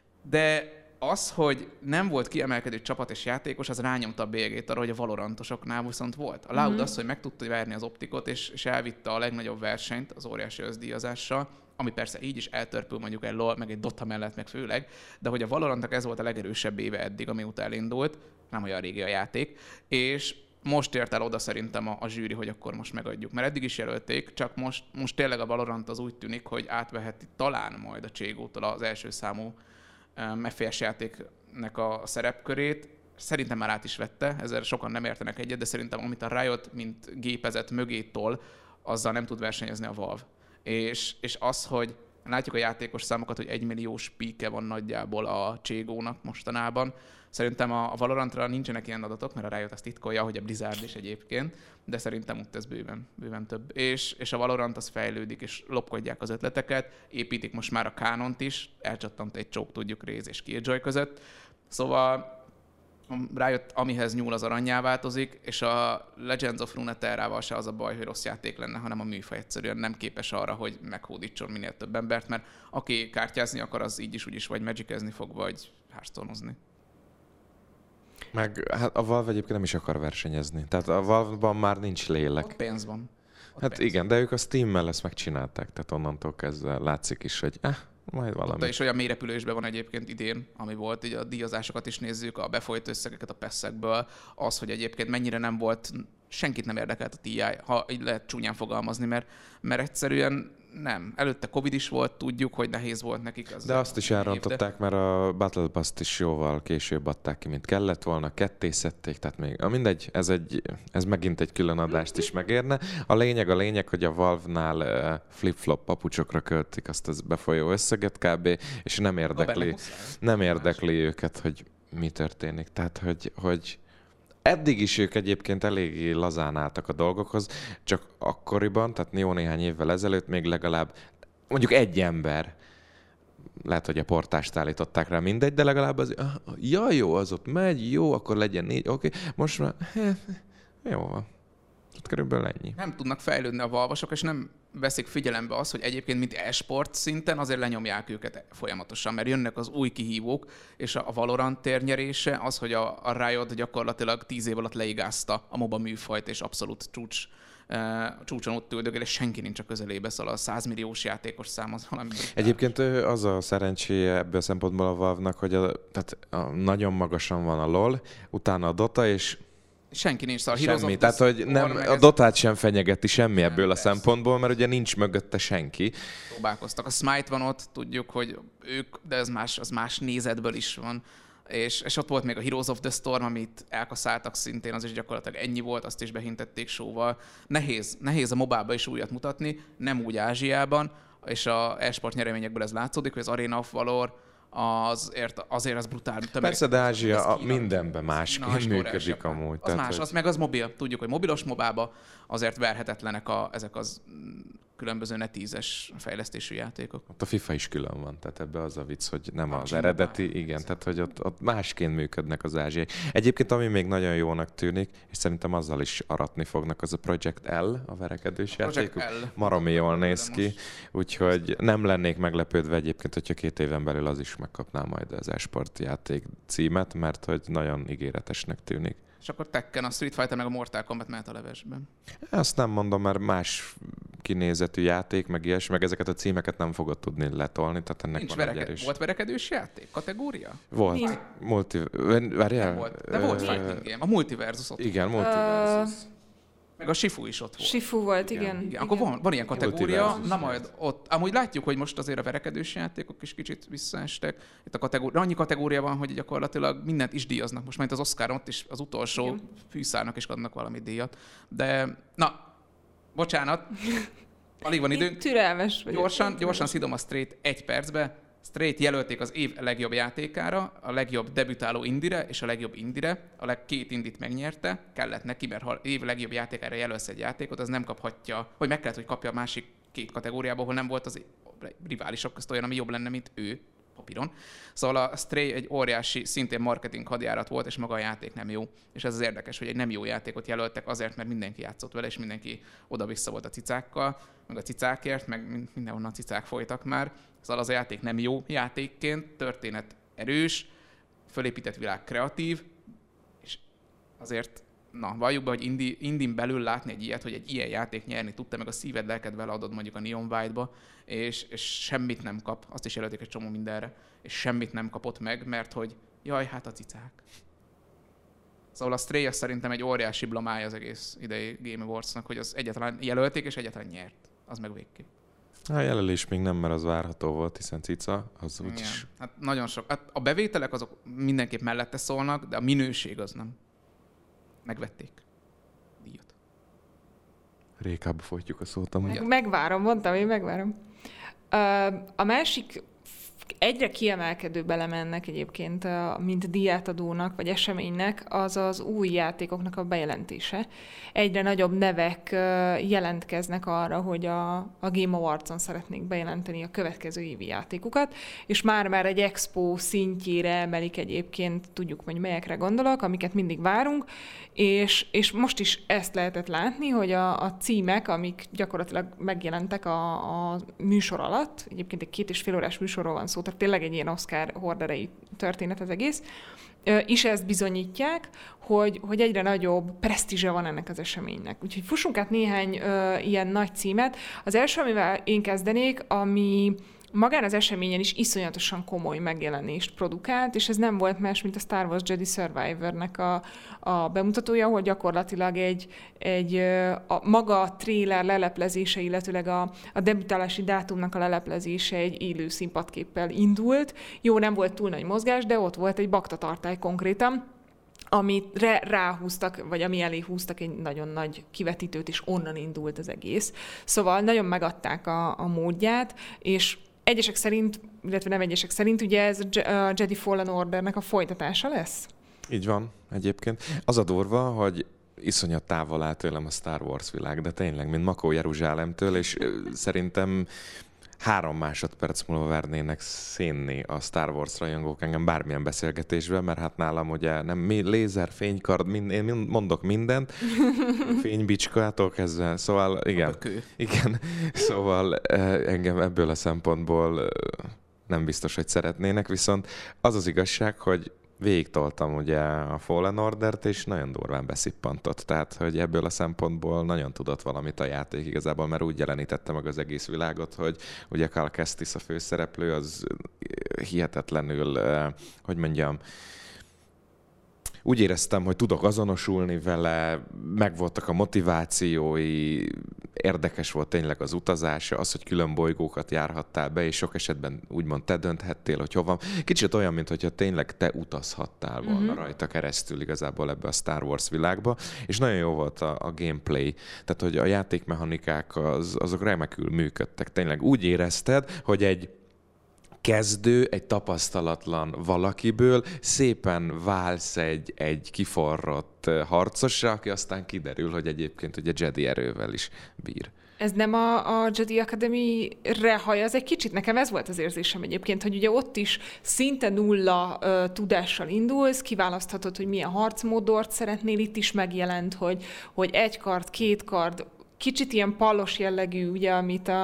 Speaker 3: De az, hogy nem volt kiemelkedő csapat és játékos, az rányomta a bélyegét arra, hogy a valorantosoknál viszont volt. A Loud mm-hmm. az, hogy meg tudta verni az optikot, és, és elvitte a legnagyobb versenyt az óriási összdíjazással, ami persze így is eltörpül mondjuk egy LoL, meg egy Dota mellett, meg főleg, de hogy a Valorantnak ez volt a legerősebb éve eddig, amióta elindult, nem olyan régi a játék, és most ért el oda szerintem a, a zsűri, hogy akkor most megadjuk. Mert eddig is jelölték, csak most, most tényleg a Valorant az úgy tűnik, hogy átveheti talán majd a Cségótól az első számú um, ef pé es játéknek a szerepkörét. Szerintem már át is vette, ezzel sokan nem értenek egyet, de szerintem amit a Riot, mint gépezet mögétól, azzal nem tud versenyezni a Valve. És, és az, hogy látjuk a játékos számokat, hogy egymilliós píke van nagyjából a Cségónak mostanában. Szerintem a Valorantra nincsenek ilyen adatok, mert a Riot azt titkolja, hogy a Blizzard is egyébként, de szerintem ott ez bőven, bőven több. És, és a Valorant az fejlődik, és lopkodják az ötleteket, építik most már a Canont is, elcsattant egy csók, tudjuk, Raze és Killjoy között. Szóval Riot amihez nyúl, az aranyjá változik, és a Legends of Runeterrával se az a baj, hogy rossz játék lenne, hanem a műfaj egyszerűen nem képes arra, hogy meghódítson minél több embert, mert aki kártyázni akar, az így is úgy is vagy magicezni fog, vagy hearthstone-ozni.
Speaker 2: Meg hát a Valve egyébként nem is akar versenyezni. Tehát a Valve-ban már nincs lélek.
Speaker 3: Ott pénz van. Ott
Speaker 2: hát
Speaker 3: pénz.
Speaker 2: Igen, de ők a Steam-mel ezt megcsinálták, tehát onnantól kezdve látszik is, hogy eh, majd valami.
Speaker 3: Ott is olyan mélyrepülésben van egyébként idén, ami volt, így a díjazásokat is nézzük, a befolyt összegeket a pesszekből, az, hogy egyébként mennyire nem volt, senkit nem érdekelt a té i, ha így lehet csúnyán fogalmazni, mert, mert egyszerűen nem. Előtte Covid is volt, tudjuk, hogy nehéz volt nekik. Az
Speaker 2: de azt is elrontották, de... mert a Battle Pass-t is jóval később adták ki, mint kellett volna, ketté szedték, tehát még, mindegy, ez, egy, ez megint egy külön adást is megérne. A lényeg a lényeg, hogy a Valve-nál flip-flop papucsokra költik azt az befolyó összeget kb. És nem érdekli, nem érdekli őket, hogy mi történik. Tehát, hogy, hogy eddig is ők egyébként eléggé lazán álltak a dolgokhoz, csak akkoriban, tehát jó néhány évvel ezelőtt még legalább mondjuk egy ember, lehet, hogy a portást állították rá, mindegy, de legalább az, ja jó, az ott megy, jó, akkor legyen négy, oké, okay. Most már, jó van. Körülbelül ennyi.
Speaker 3: Nem tudnak fejlődni a valvasok, és nem veszik figyelembe azt, hogy egyébként, mint e-sport szinten azért lenyomják őket folyamatosan, mert jönnek az új kihívók, és a Valorant térnyerése az, hogy a, a Riot gyakorlatilag tíz év alatt leigázta a MOBA műfajt, és abszolút csúcs, uh, csúcson ott üldögél, és senki nincs a közelébe, szóval a százmilliós játékos szám az valami brutális.
Speaker 2: Egyébként az a szerencséje ebből a szempontból a Valve-nak, hogy a, tehát a, nagyon magasan van a LoL, utána a Dota, és
Speaker 3: senki nincs, szóval
Speaker 2: semmi. Tehát, hogy nem, a Dotát sem fenyegeti semmi ebből nem, a persze. szempontból, mert ugye nincs mögötte senki.
Speaker 3: Próbálkoztak. A Smite van ott, tudjuk, hogy ők, de ez más, az más nézetből is van. És, és ott volt még a Heroes of the Storm, amit elkaszáltak szintén, az is gyakorlatilag ennyi volt, azt is behintették showval. Nehéz, nehéz a mobába is újat mutatni, nem úgy Ázsiában, és a e-sport nyereményekből ez látszódik, hogy az Arena of Valor azért, azért az brutál.
Speaker 2: Persze, de Ázsia a mindenben másként működik amúgy.
Speaker 3: Az más, hogy... az meg az mobil. Tudjuk, hogy mobilos mobába azért verhetetlenek a, ezek az különböző netízes fejlesztésű játékok.
Speaker 2: Ott a FIFA is külön van, tehát ebbe az a vicc, hogy nem az eredeti, igen, igen, tehát hogy ott, ott másként működnek az ázsiai. Egyébként, ami még nagyon jónak tűnik, és szerintem azzal is aratni fognak, az a Project L, a verekedős játékuk. Maromi jól néz ki, úgyhogy nem lennék meglepődve egyébként, hogyha két éven belül az is megkapná majd az e-sport játék címet, mert hogy nagyon ígéretesnek tűnik.
Speaker 3: És akkor Tekken, a Street Fighter meg a Mortal Kombat mehet a levesben.
Speaker 2: Azt nem mondom, mert más kinézetű játék, meg ilyes, meg ezeket a címeket nem fogod tudni letolni, tehát ennek
Speaker 3: Nincs
Speaker 2: van
Speaker 3: vereke...
Speaker 2: egy erős.
Speaker 3: Volt verekedős játék? Kategória?
Speaker 2: Volt. Mi? Multi... Várjál?
Speaker 3: Volt. De volt fighting game. A Multiversus ott.
Speaker 2: Igen, Multiversus. Uh...
Speaker 3: Meg a Shifu is ott volt.
Speaker 1: Shifu volt, igen.
Speaker 3: igen. igen. Akkor van, van ilyen kategória, na majd ott. Amúgy látjuk, hogy most azért a verekedős játékok is kicsit visszaestek. Itt a kategória, annyi kategória van, hogy gyakorlatilag mindent is díjaznak. Most majd az Oscaron ott is az utolsó igen. fűszárnak is adnak valami díjat. De, na, bocsánat, alig van időnk.
Speaker 1: Türelmes
Speaker 3: vagyok. Gyorsan, gyorsan szidom a Straight egy percbe. Straight jelölték az év legjobb játékára, a legjobb debütáló indire és a legjobb indire. A leg két indit megnyerte, kellett neki, mert ha év legjobb játékára jelölsz egy játékot, az nem kaphatja, vagy meg kellett, hogy kapja a másik két kategóriából, ahol nem volt az riválisok közt olyan, ami jobb lenne, mint ő papíron. Szóval a Stray egy óriási, szintén marketing hadjárat volt, és maga a játék nem jó. És ez az érdekes, hogy egy nem jó játékot jelöltek azért, mert mindenki játszott vele, és mindenki oda-vissza volt a cicákkal, meg a cicákért, meg mindenhonnan cicák folytak már. Szóval az a játék nem jó játékként, történet erős, fölépített világ kreatív, és azért, na, valljuk be, hogy indi, indin belül látni egy ilyet, hogy egy ilyen játék nyerni tudta, meg a szíved, lelked vele adod mondjuk a Neon White-ba, és, és semmit nem kap, azt is jelölték egy csomó mindenre, és semmit nem kapott meg, mert hogy jaj, hát a cicák. Szóval a Stray az szerintem egy óriási blamája az egész idei Game Awards-nak, hogy az egyáltalán jelölték, és egyáltalán nyert. Az meg végképp.
Speaker 2: A jelölés még nem, mert az várható volt, hiszen cica, az úgyis...
Speaker 3: Hát nagyon sok. Hát a bevételek azok mindenképp mellette szólnak, de a minőség az nem. Megvették díjat.
Speaker 2: Rékába folytjuk a szót amúgy.
Speaker 1: Meg, megvárom, mondtam, én megvárom. A másik egyre kiemelkedőbb eleme ennek egyébként, mint díjátadónak, vagy eseménynek, az az új játékoknak a bejelentése. Egyre nagyobb nevek jelentkeznek arra, hogy a, a Game Awards-on szeretnék bejelenteni a következő évi játékukat, és már-már egy expo szintjére emelik egyébként, tudjuk, hogy melyekre gondolok, amiket mindig várunk, és, és most is ezt lehetett látni, hogy a, a címek, amik gyakorlatilag megjelentek a, a műsor alatt, egyébként egy két és fél órás műsorról van szó, tehát tényleg egy ilyen Oscar horderei történet az egész, is ezt bizonyítják, hogy, hogy egyre nagyobb presztízse van ennek az eseménynek. Úgyhogy fussunk át néhány ö, ilyen nagy címet. Az első, amivel én kezdenék, ami magán az eseményen is iszonyatosan komoly megjelenést produkált, és ez nem volt más, mint a Star Wars Jedi Survivor-nek a, a bemutatója, ahol gyakorlatilag egy, egy a maga a tréler leleplezése, illetőleg a, a debütálási dátumnak a leleplezése egy élő színpadképpel indult. Jó, nem volt túl nagy mozgás, de ott volt egy baktatartály konkrétan, amire ráhúztak, vagy ami elé húztak egy nagyon nagy kivetítőt, és onnan indult az egész. Szóval nagyon megadták a, a módját, és egyesek szerint, illetve nem egyesek szerint, ugye ez a Jedi Fallen Ordernek a folytatása lesz?
Speaker 2: Így van, egyébként. Az a durva, hogy iszonyat távol áll tőlem a Star Wars világ, de tényleg, mint Makó Jeruzsálemtől, és szerintem három másodperc múlva vernének szénni a Star Wars rajongók engem bármilyen beszélgetésben, mert hát nálam ugye nem mi, lézer, fénykard, mind, én mondok mindent, fénybicskától kezdve, szóval igen. Igen, szóval engem ebből a szempontból nem biztos, hogy szeretnének, viszont az az igazság, hogy végigtoltam ugye a Fallen Ordert, és nagyon durván beszippantott. Tehát, hogy ebből a szempontból nagyon tudott valamit a játék igazából, mert úgy jelenítette meg az egész világot, hogy ugye Cal Kestis a főszereplő, az hihetetlenül, hogy mondjam, úgy éreztem, hogy tudok azonosulni vele, megvoltak a motivációi, érdekes volt tényleg az utazása, az, hogy külön bolygókat járhattál be, és sok esetben úgymond te dönthettél, hogy hova. Kicsit olyan, mintha tényleg te utazhattál volna mm-hmm. rajta keresztül igazából ebbe a Star Wars világba, és nagyon jó volt a, a gameplay, tehát hogy a játékmechanikák az, azok remekül működtek. Tényleg úgy érezted, hogy egy kezdő, egy tapasztalatlan valakiből szépen válsz egy, egy kiforrott harcosra, aki aztán kiderül, hogy egyébként ugye Jedi erővel is bír.
Speaker 1: Ez nem a, a Jedi Academy-re hajaz egy kicsit? Nekem ez volt az érzésem egyébként, hogy ugye ott is szinte nulla uh, tudással indulsz, kiválaszthatod, hogy milyen harcmódort szeretnél, itt is megjelent, hogy, hogy egy kard, két kard, kicsit ilyen pallos jellegű, ugye, amit a,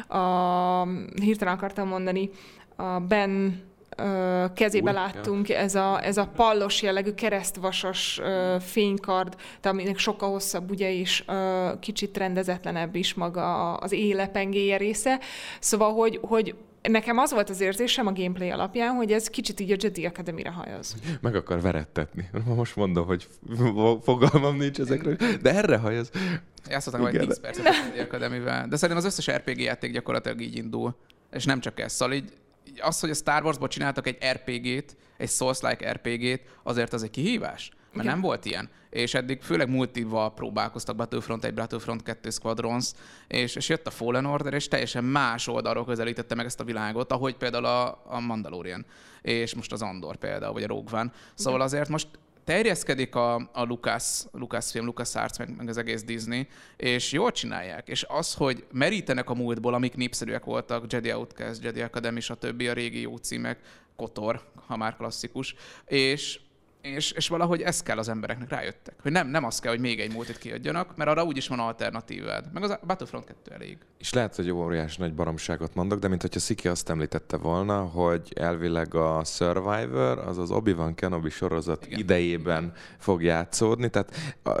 Speaker 1: a hirtelen akartam mondani, a Ben ö, kezébe Új, láttunk, ja. ez, a, ez a pallos jellegű keresztvasas ö, fénykard, de aminek sokkal hosszabb, ugye, és ö, kicsit rendezetlenebb is maga az élepengéje része. Szóval, hogy, hogy nekem az volt az érzésem a gameplay alapján, hogy ez kicsit így a Jedi Academy-re hajaz.
Speaker 2: Meg akar verettetni. Most mondom, hogy fogalmam nincs ezekről, de erre hajaz.
Speaker 3: Játszottam majd tíz percet a Jedi Academy-vel, de szerintem az összes er pé gé játék gyakorlatilag így indul. És nem csak ez, szóval így az, hogy a Star Warsból csináltak egy er pé gét, egy Souls-like er pé gét, azért az egy kihívás, mert igen. nem volt ilyen. És eddig főleg multival próbálkoztak, Battlefront egy, Battlefront kettő Squadrons, és, és jött a Fallen Order, és teljesen más oldalról közelítette meg ezt a világot, ahogy például a, a Mandalorian, és most az Andor például, vagy a Rogue One. Szóval azért most terjeszkedik a, a Lucas, Lucasfilm, LucasArts, meg, meg az egész Disney, és jól csinálják. És az, hogy merítenek a múltból, amik népszerűek voltak, Jedi Outcast, Jedi Academy, stb., a régi jó címek, KOTOR, ha már klasszikus, és És, és valahogy ez kell az embereknek, rájöttek. Hogy nem, nem az kell, hogy még egy multit kiadjanak, mert arra úgyis van alternatívád. Meg az a Battlefront kettő elég.
Speaker 2: És lehet, hogy óriás nagy baromságot mondok, de mint hogyha Sziki azt említette volna, hogy elvileg a Survivor, az az Obi-Wan Kenobi sorozat igen. idejében igen. fog játszódni, tehát a,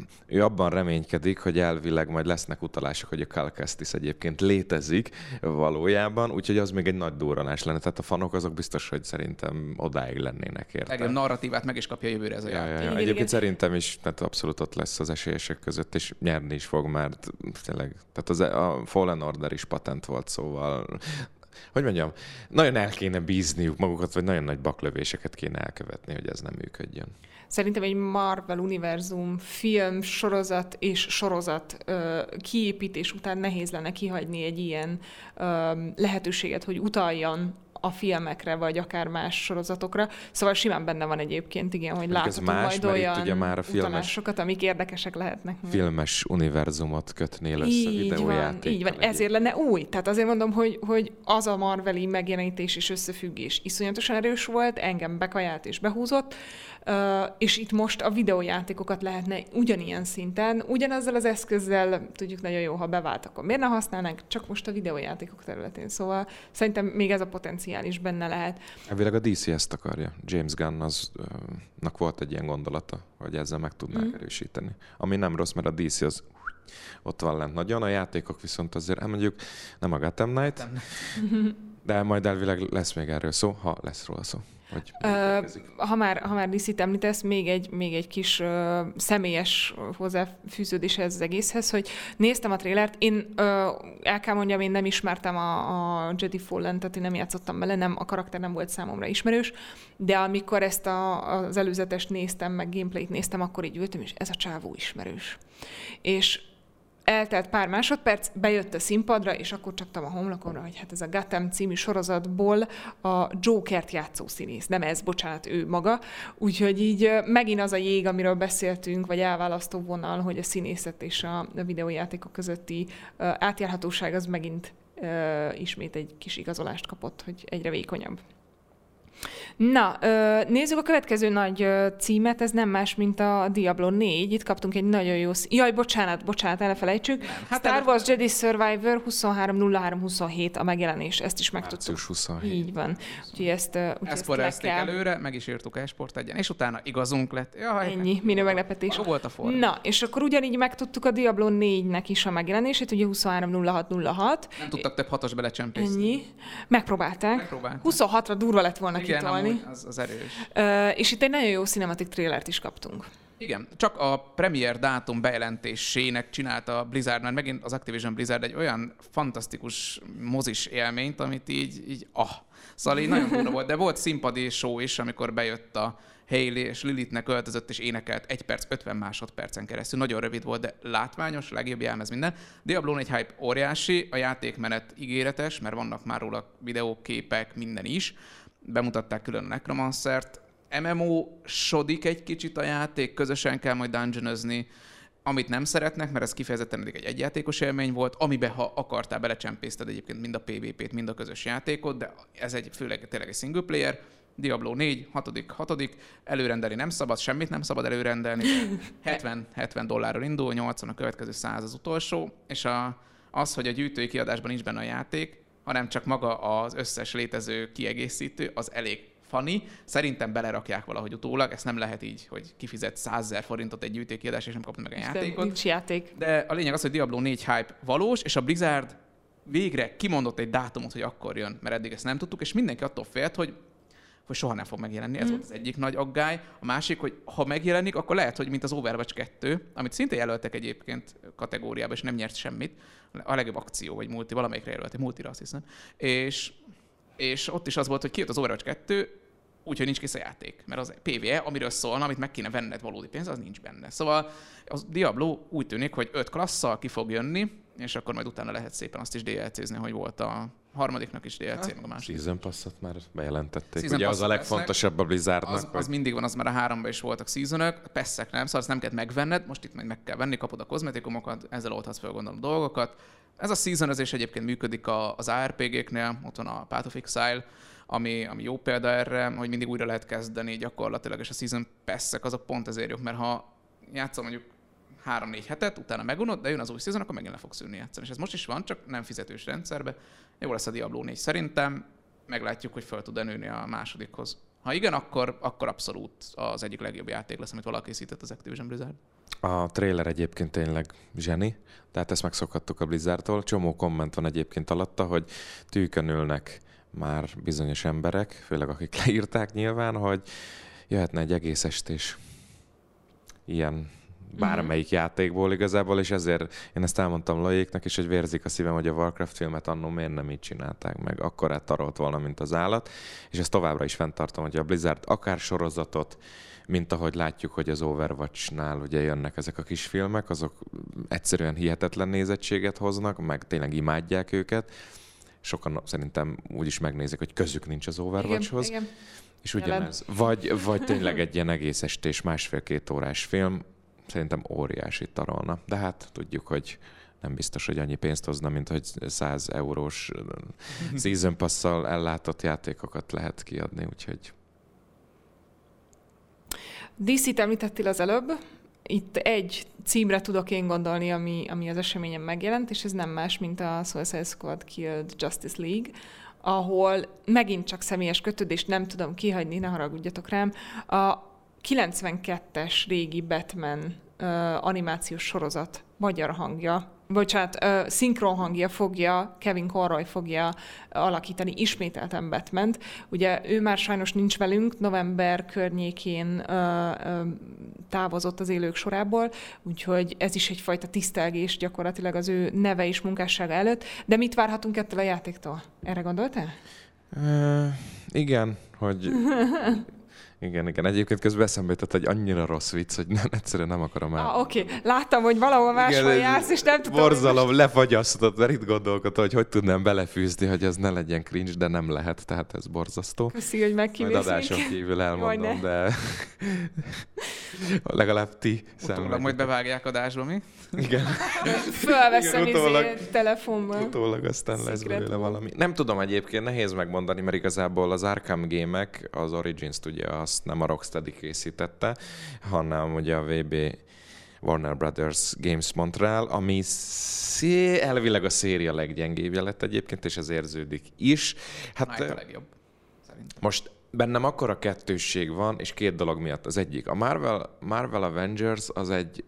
Speaker 2: ő abban reménykedik, hogy elvileg majd lesznek utalások, hogy a Cal Kestis egyébként létezik valójában, úgyhogy az még egy nagy durranás lenne. Tehát a fanok azok biztos, hogy szerintem odáig lennének érte.
Speaker 3: Legjobb narratívát meg is kapja jövőre ez a
Speaker 2: ja,
Speaker 3: játék.
Speaker 2: ja, ja. Egyébként igen. szerintem is, tehát abszolút ott lesz az esélyesek között, és nyerni is fog, mert tényleg, tehát az, a Fallen Order is patent volt, szóval, hogy mondjam, nagyon el kéne bízniuk magukat, vagy nagyon nagy baklövéseket kéne elkövetni, hogy ez nem működjön.
Speaker 1: Szerintem egy Marvel univerzum film, sorozat és sorozat ö, kiépítés után nehéz lenne kihagyni egy ilyen ö, lehetőséget, hogy utaljon a filmekre, vagy akár más sorozatokra. Szóval simán benne van egyébként, igen, hogy láthatunk más, majd olyan ugye már a filmes, utalásokat, amik érdekesek lehetnek.
Speaker 2: Filmes univerzumot kötnél össze
Speaker 1: így
Speaker 2: videójátékkal.
Speaker 1: Van, így van, ezért lenne új. Tehát azért mondom, hogy, hogy az a Marveli megjelenítés és összefüggés iszonyatosan erős volt, engem bekajált és behúzott, és itt most a videójátékokat lehetne ugyanilyen szinten, ugyanazzal az eszközzel, tudjuk nagyon jó, ha bevált, akkor miért ne használnánk, csak most a videójátékok területén. Szóval szerintem még ez a potenciál is benne lehet.
Speaker 2: Elvileg a dé cé ezt akarja. James Gunn aznak volt egy ilyen gondolata, hogy ezzel meg tudnák mm. erősíteni. Ami nem rossz, mert a dé cé az ott van lent nagyon, a játékok viszont azért, hát mondjuk nem a Gotham Knight, de majd elvileg lesz még erről szó, ha lesz róla szó.
Speaker 1: Uh, ha már, ha már dé cét említesz, még egy, még egy kis uh, személyes hozzáfűződés ez az egészhez, hogy néztem a trélert, én uh, el kell mondjam, én nem ismertem a, a Jedi Fallen, tehát én nem játszottam bele, nem, a karakter nem volt számomra ismerős, de amikor ezt a, az előzetest néztem, meg gameplayt néztem, akkor így ültem, és ez a csávó ismerős. És eltelt pár másodperc, bejött a színpadra, és akkor csaptam a homlokomra, hogy hát ez a Gotham című sorozatból a Jokert játszó színész. Nem ez, bocsánat, ő maga. Úgyhogy így megint az a jég, amiről beszéltünk, vagy elválasztó vonal, hogy a színészet és a videójátékok közötti átjárhatóság az megint uh, ismét egy kis igazolást kapott, hogy egyre vékonyabb. Na, nézzük a következő nagy címet, ez nem más, mint a Diablo négy. Itt kaptunk egy nagyon jó... Sz... Jaj, bocsánat, bocsánat, elfelejtsük. Hát Star Wars Jedi Survivor huszonhárom nulla három huszonhét a megjelenés, ezt is megtudtuk.
Speaker 2: huszonhét.
Speaker 1: Így van. Úgyhogy ezt, úgy
Speaker 3: ezt forrázték kell... előre, meg is írtuk Esport egyen, és utána igazunk lett. Jaj,
Speaker 1: ennyi, minő meglepetés.
Speaker 3: Volt a forrás.
Speaker 1: Na, és akkor ugyanígy megtudtuk a Diablo négynek is a megjelenését, ugye huszonhárom nulla hat nulla hat.
Speaker 3: Nem tudtak több hatos belecsempészni.
Speaker 1: Ennyi. Megpróbálták.
Speaker 3: Megpróbálták.
Speaker 1: huszonhatra durva lett volna
Speaker 3: igen,
Speaker 1: kitolni.
Speaker 3: Az, az erős.
Speaker 1: Uh, és itt egy nagyon jó cinematic trailert is kaptunk.
Speaker 3: Igen, csak a premier dátum bejelentésének csinálta Blizzard, mert megint az Activision Blizzard egy olyan fantasztikus mozis élményt, amit így, így ah. Szóval így nagyon durva volt, de volt színpadi show is, amikor bejött a Hayley és Lilithnek öltözött és énekelt egy perc, ötven másodpercen keresztül. Nagyon rövid volt, de látványos, legjobb jelmez minden. Diablo négy hype óriási, a játékmenet ígéretes, mert vannak már róla videók, képek, minden is. Bemutatták külön a Necromancert. em em o-sodik egy kicsit a játék, közösen kell majd dungeonozni, amit nem szeretnek, mert ez kifejezetten eddig egy egyjátékos élmény volt, amiben ha akartál, belecsempészted egyébként mind a pé vé pét, mind a közös játékot, de ez egy főleg tényleg egy single player. Diablo négy, hatodik, hatodik, előrendelni nem szabad, semmit nem szabad előrendelni, hetven dollárról indul, nyolcvan a következő, száz az utolsó, és a, az, hogy a gyűjtői kiadásban nincs benne a játék, hanem csak maga az összes létező kiegészítő, az elég funny. Szerintem belerakják valahogy utólag, ezt nem lehet így, hogy kifizet százezer forintot egy gyűjtői kiadás, és nem kapod meg a játékot.
Speaker 1: Nincs játék.
Speaker 3: De a lényeg az, hogy Diablo négy hype valós, és a Blizzard végre kimondott egy dátumot, hogy akkor jön, mert eddig ezt nem tudtuk, és mindenki attól félt, hogy hogy soha nem fog megjelenni. Ez mm. volt az egyik nagy aggály. A másik, hogy ha megjelenik, akkor lehet, hogy mint az Overwatch kettő, amit szintén jelöltek egyébként kategóriába, és nem nyert semmit. A legjobb akció, vagy multi, valamelyikre jelöltek, multira azt hiszem. És, és ott is az volt, hogy kijött az Overwatch kettő, úgyhogy nincs kész a játék. Mert az pé vé e, amiről szólna, amit meg kéne venned valódi pénz, az nincs benne. Szóval a Diablo úgy tűnik, hogy öt klasszal ki fog jönni, és akkor majd utána lehet szépen azt is dé el cé-zni, hogy volt a harmadiknak is dé el cé, meg a másik.
Speaker 2: Season Pass-ot már bejelentették.
Speaker 3: Season
Speaker 2: ugye az a legfontosabb a Blizzardnak.
Speaker 3: Az, az mindig van, az már a háromban is voltak seasonök, Passzek nem, szóval azt nem kell megvenned, most itt meg meg kell venni, kapod a kozmetikumokat, ezzel oldhatsz fel gondolom dolgokat. Ez a seasonözés egyébként működik az á er pé géknél, ott van a Path of Exile, ami, ami jó példa erre, hogy mindig újra lehet kezdeni gyakorlatilag, és a season passzek azok pont ezért jók, mert ha játszol mondjuk három-négy hetet, utána megunod, de jön az új szezon, akkor megint le fogsz ülni játszani. És ez most is van, csak nem fizetős rendszerbe. Jó lesz a Diablo négy szerintem, meglátjuk, hogy fel tud-e nőni a másodikhoz. Ha igen, akkor, akkor abszolút az egyik legjobb játék lesz, amit valaki készített az Activision Blizzard.
Speaker 2: A trailer egyébként tényleg zseni, tehát ezt megszokhattuk a Blizzardtól. Csomó komment van egyébként alatta, hogy tűkön ülnek már bizonyos emberek, főleg akik leírták nyilván, hogy jöhetne egy egész estés ilyen bármelyik mm-hmm. játékból igazából, és ezért én ezt elmondtam Lojéknak is, hogy vérzik a szívem, hogy a Warcraft filmet annó miért nem így csinálták meg, akkorát tarolt volna, mint az állat, és ezt továbbra is fenntartom, hogy a Blizzard akár sorozatot, mint ahogy látjuk, hogy az Overwatch-nál ugye jönnek ezek a kis filmek, azok egyszerűen hihetetlen nézettséget hoznak, meg tényleg imádják őket. Sokan szerintem úgy is megnézik, hogy közük nincs az Overwatchhoz. Igen, igen. És ugyanez. Vagy, vagy tényleg egy ilyen egész estés, másfél-két órás film, szerintem óriási tarolna. De hát tudjuk, hogy nem biztos, hogy annyi pénzt hozna, mint hogy száz eurós season passzal ellátott játékokat lehet kiadni, úgyhogy...
Speaker 1: dé cét említettél az előbb. Itt egy címre tudok én gondolni, ami, ami az eseményen megjelent, és ez nem más, mint a Suicide Squad Killed Justice League, ahol megint csak személyes kötődést nem tudom kihagyni, ne haragudjatok rám, a kilencvenkettes régi Batman uh, animációs sorozat magyar hangja, bocsánat, uh, szinkron hangja fogja, Kevin Conroy fogja alakítani ismételten Batmant. Ugye ő már sajnos nincs velünk, november környékén uh, uh, távozott az élők sorából, úgyhogy ez is egyfajta tisztelgés gyakorlatilag az ő neve és munkássága előtt. De mit várhatunk ettől a játéktól? Erre gondoltál?
Speaker 2: Uh, igen, hogy... Igen, igen. Egyébként közben eszembe jutott egy annyira rossz vicc, hogy nem, egyszerűen nem akarom el.
Speaker 1: Ah, oké. Okay. Láttam, hogy valahol máshol jársz, és nem tudom.
Speaker 2: Borzalom, most... lefagyasztott, mert itt gondolkodtam, hogy hogy tudnám belefűzni, hogy ez ne legyen cringe, de nem lehet, tehát ez borzasztó.
Speaker 1: Köszi, hogy megkímészünk.
Speaker 2: Majd adáson kívül elmondom, de... Legalább ti
Speaker 3: Utólag majd bevágják adásba, mi?
Speaker 2: Igen.
Speaker 1: Fölveszem
Speaker 2: Igen, utólag-
Speaker 1: izé telefonban.
Speaker 2: Utólag aztán lesz
Speaker 1: Secret
Speaker 2: belőle valami. Nem tudom egyébként, nehéz megmondani, mert igazából az Arkham gémek, az Origins-t ugye azt nem a Rocksteady készítette, hanem ugye a vé bé Warner Brothers Games Montreal, ami szé- elvileg a széria leggyengébbje lett egyébként, és ez érződik is. Hát
Speaker 3: Night a legjobb, szerintem.
Speaker 2: most bennem akkora kettősség van, és két dolog miatt. Az egyik, a Marvel, Marvel Avengers az egy...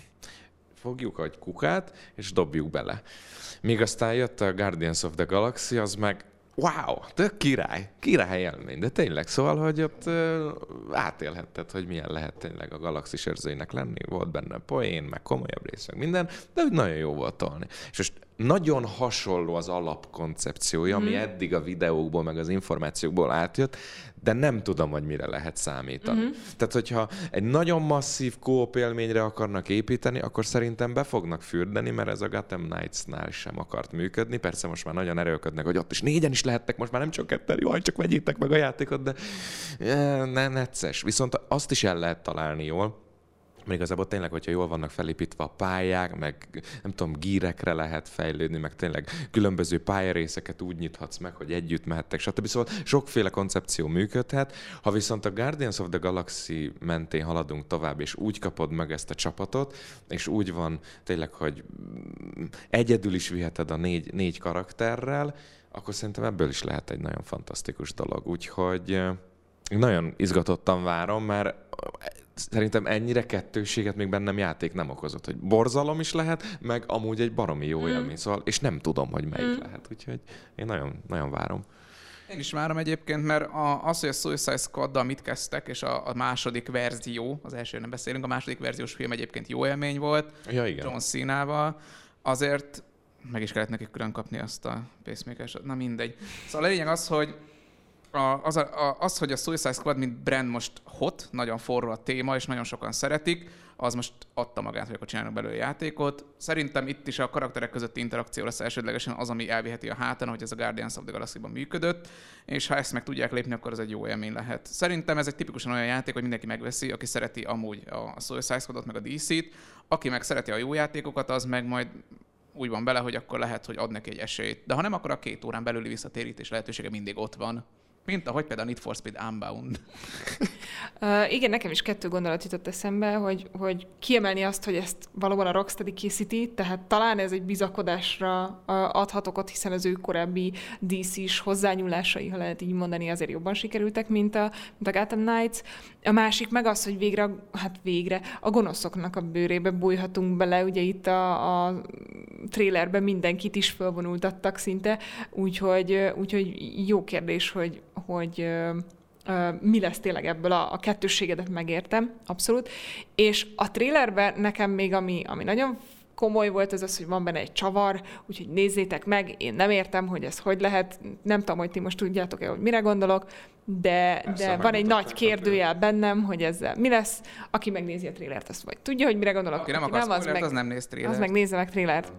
Speaker 2: fogjuk egy kukát, és dobjuk bele. Míg aztán jött a Guardians of the Galaxy, az meg wow, tök király, király élmény, de tényleg, szóval, hogy ott uh, átélhetted, hogy milyen lehet tényleg a galaxis őrzőinek lenni, volt benne poén, meg komolyabb rész, meg minden, de úgy nagyon jó volt tolni. És most nagyon hasonló az alapkoncepciója, ami mm. eddig a videókból, meg az információkból átjött, de nem tudom, hogy mire lehet számítani. Mm-hmm. Tehát, hogyha egy nagyon masszív co-op élményre akarnak építeni, akkor szerintem be fognak fürdeni, mert ez a Gotham Knights-nál sem akart működni. Persze most már nagyon erőlködnek, hogy ott is négyen is lehettek, most már nem csak ketten, jaj, csak vegyétek meg a játékot, de nem necces. Viszont azt is el lehet találni jól, mert igazából tényleg, hogyha jól vannak felépítve a pályák, meg nem tudom, gírekre lehet fejlődni, meg tényleg különböző pályarészeket úgy nyithatsz meg, hogy együtt mehettek, stb. Szóval sokféle koncepció működhet. Ha viszont a Guardians of the Galaxy mentén haladunk tovább, és úgy kapod meg ezt a csapatot, és úgy van tényleg, hogy egyedül is viheted a négy, négy karakterrel, akkor szerintem ebből is lehet egy nagyon fantasztikus dolog. Úgyhogy nagyon izgatottan várom, mert szerintem ennyire kettőséget még bennem játék nem okozott, hogy borzalom is lehet, meg amúgy egy baromi jó élmény, mm. szóval, és nem tudom, hogy melyik mm. lehet, úgyhogy én nagyon, nagyon várom.
Speaker 3: Én is várom egyébként, mert a, az, hogy a Suicide Squaddal mit kezdtek, és a, a második verzió, az első nem beszélünk, a második verziós film egyébként jó élmény volt,
Speaker 2: ja, igen.
Speaker 3: John Cena-val, azért meg is kellett nekik külön kapni azt a pacemaker-t, na mindegy. Szóval a lényeg az, hogy A, az, a, az, hogy a Suicide Squad mint brand most hot, nagyon forró a téma, és nagyon sokan szeretik, az most adta magát, hogy akkor csinálnak belőle játékot. Szerintem itt is a karakterek közötti interakció lesz elsődlegesen az, ami elviheti a hátán, hogy ez a Guardians of the Galaxy-ban működött, és ha ezt meg tudják lépni, akkor ez egy jó élmény lehet. Szerintem ez egy tipikusan olyan játék, hogy mindenki megveszi, aki szereti amúgy a Suicide Squadot, meg a dé cét, aki meg szereti a jó játékokat, az meg majd úgy van bele, hogy akkor lehet, hogy ad neki egy esélyt. De ha nem, akkor a két órán belüli visszatérítés lehetősége mindig ott van. Mint ahogy például Need for Speed Unbound.
Speaker 1: Uh, igen, nekem is kettő gondolat jutott eszembe, hogy, hogy kiemelni azt, hogy ezt valóban a Rocksteady készíti, tehát talán ez egy bizakodásra uh, adhatok ott, hiszen az ő korábbi dé cés hozzányúlásai, ha lehet így mondani, azért jobban sikerültek, mint a, mint a Gotham Knights. A másik meg az, hogy végre, hát végre a gonoszoknak a bőrébe bújhatunk bele, ugye itt a, a trailerben mindenkit is fölvonultattak szinte, úgyhogy, úgyhogy jó kérdés, hogy hogy uh, uh, mi lesz tényleg ebből a, a kettősségedet megértem, abszolút. És a trailerben nekem még ami, ami nagyon komoly volt, az az, hogy van benne egy csavar, úgyhogy nézzétek meg, én nem értem, hogy ez hogy lehet, nem tudom, hogy ti most tudjátok-e, hogy mire gondolok, de, de van egy nagy kérdőjel bennem, hogy ezzel mi lesz. Aki megnézi a trailert, azt vagy tudja, hogy mire gondolok.
Speaker 3: Aki nem
Speaker 1: aki
Speaker 3: akar
Speaker 1: nem, az,
Speaker 3: spoilert,
Speaker 1: meg,
Speaker 3: az nem néz trailert.
Speaker 1: az meg nézze meg trailert.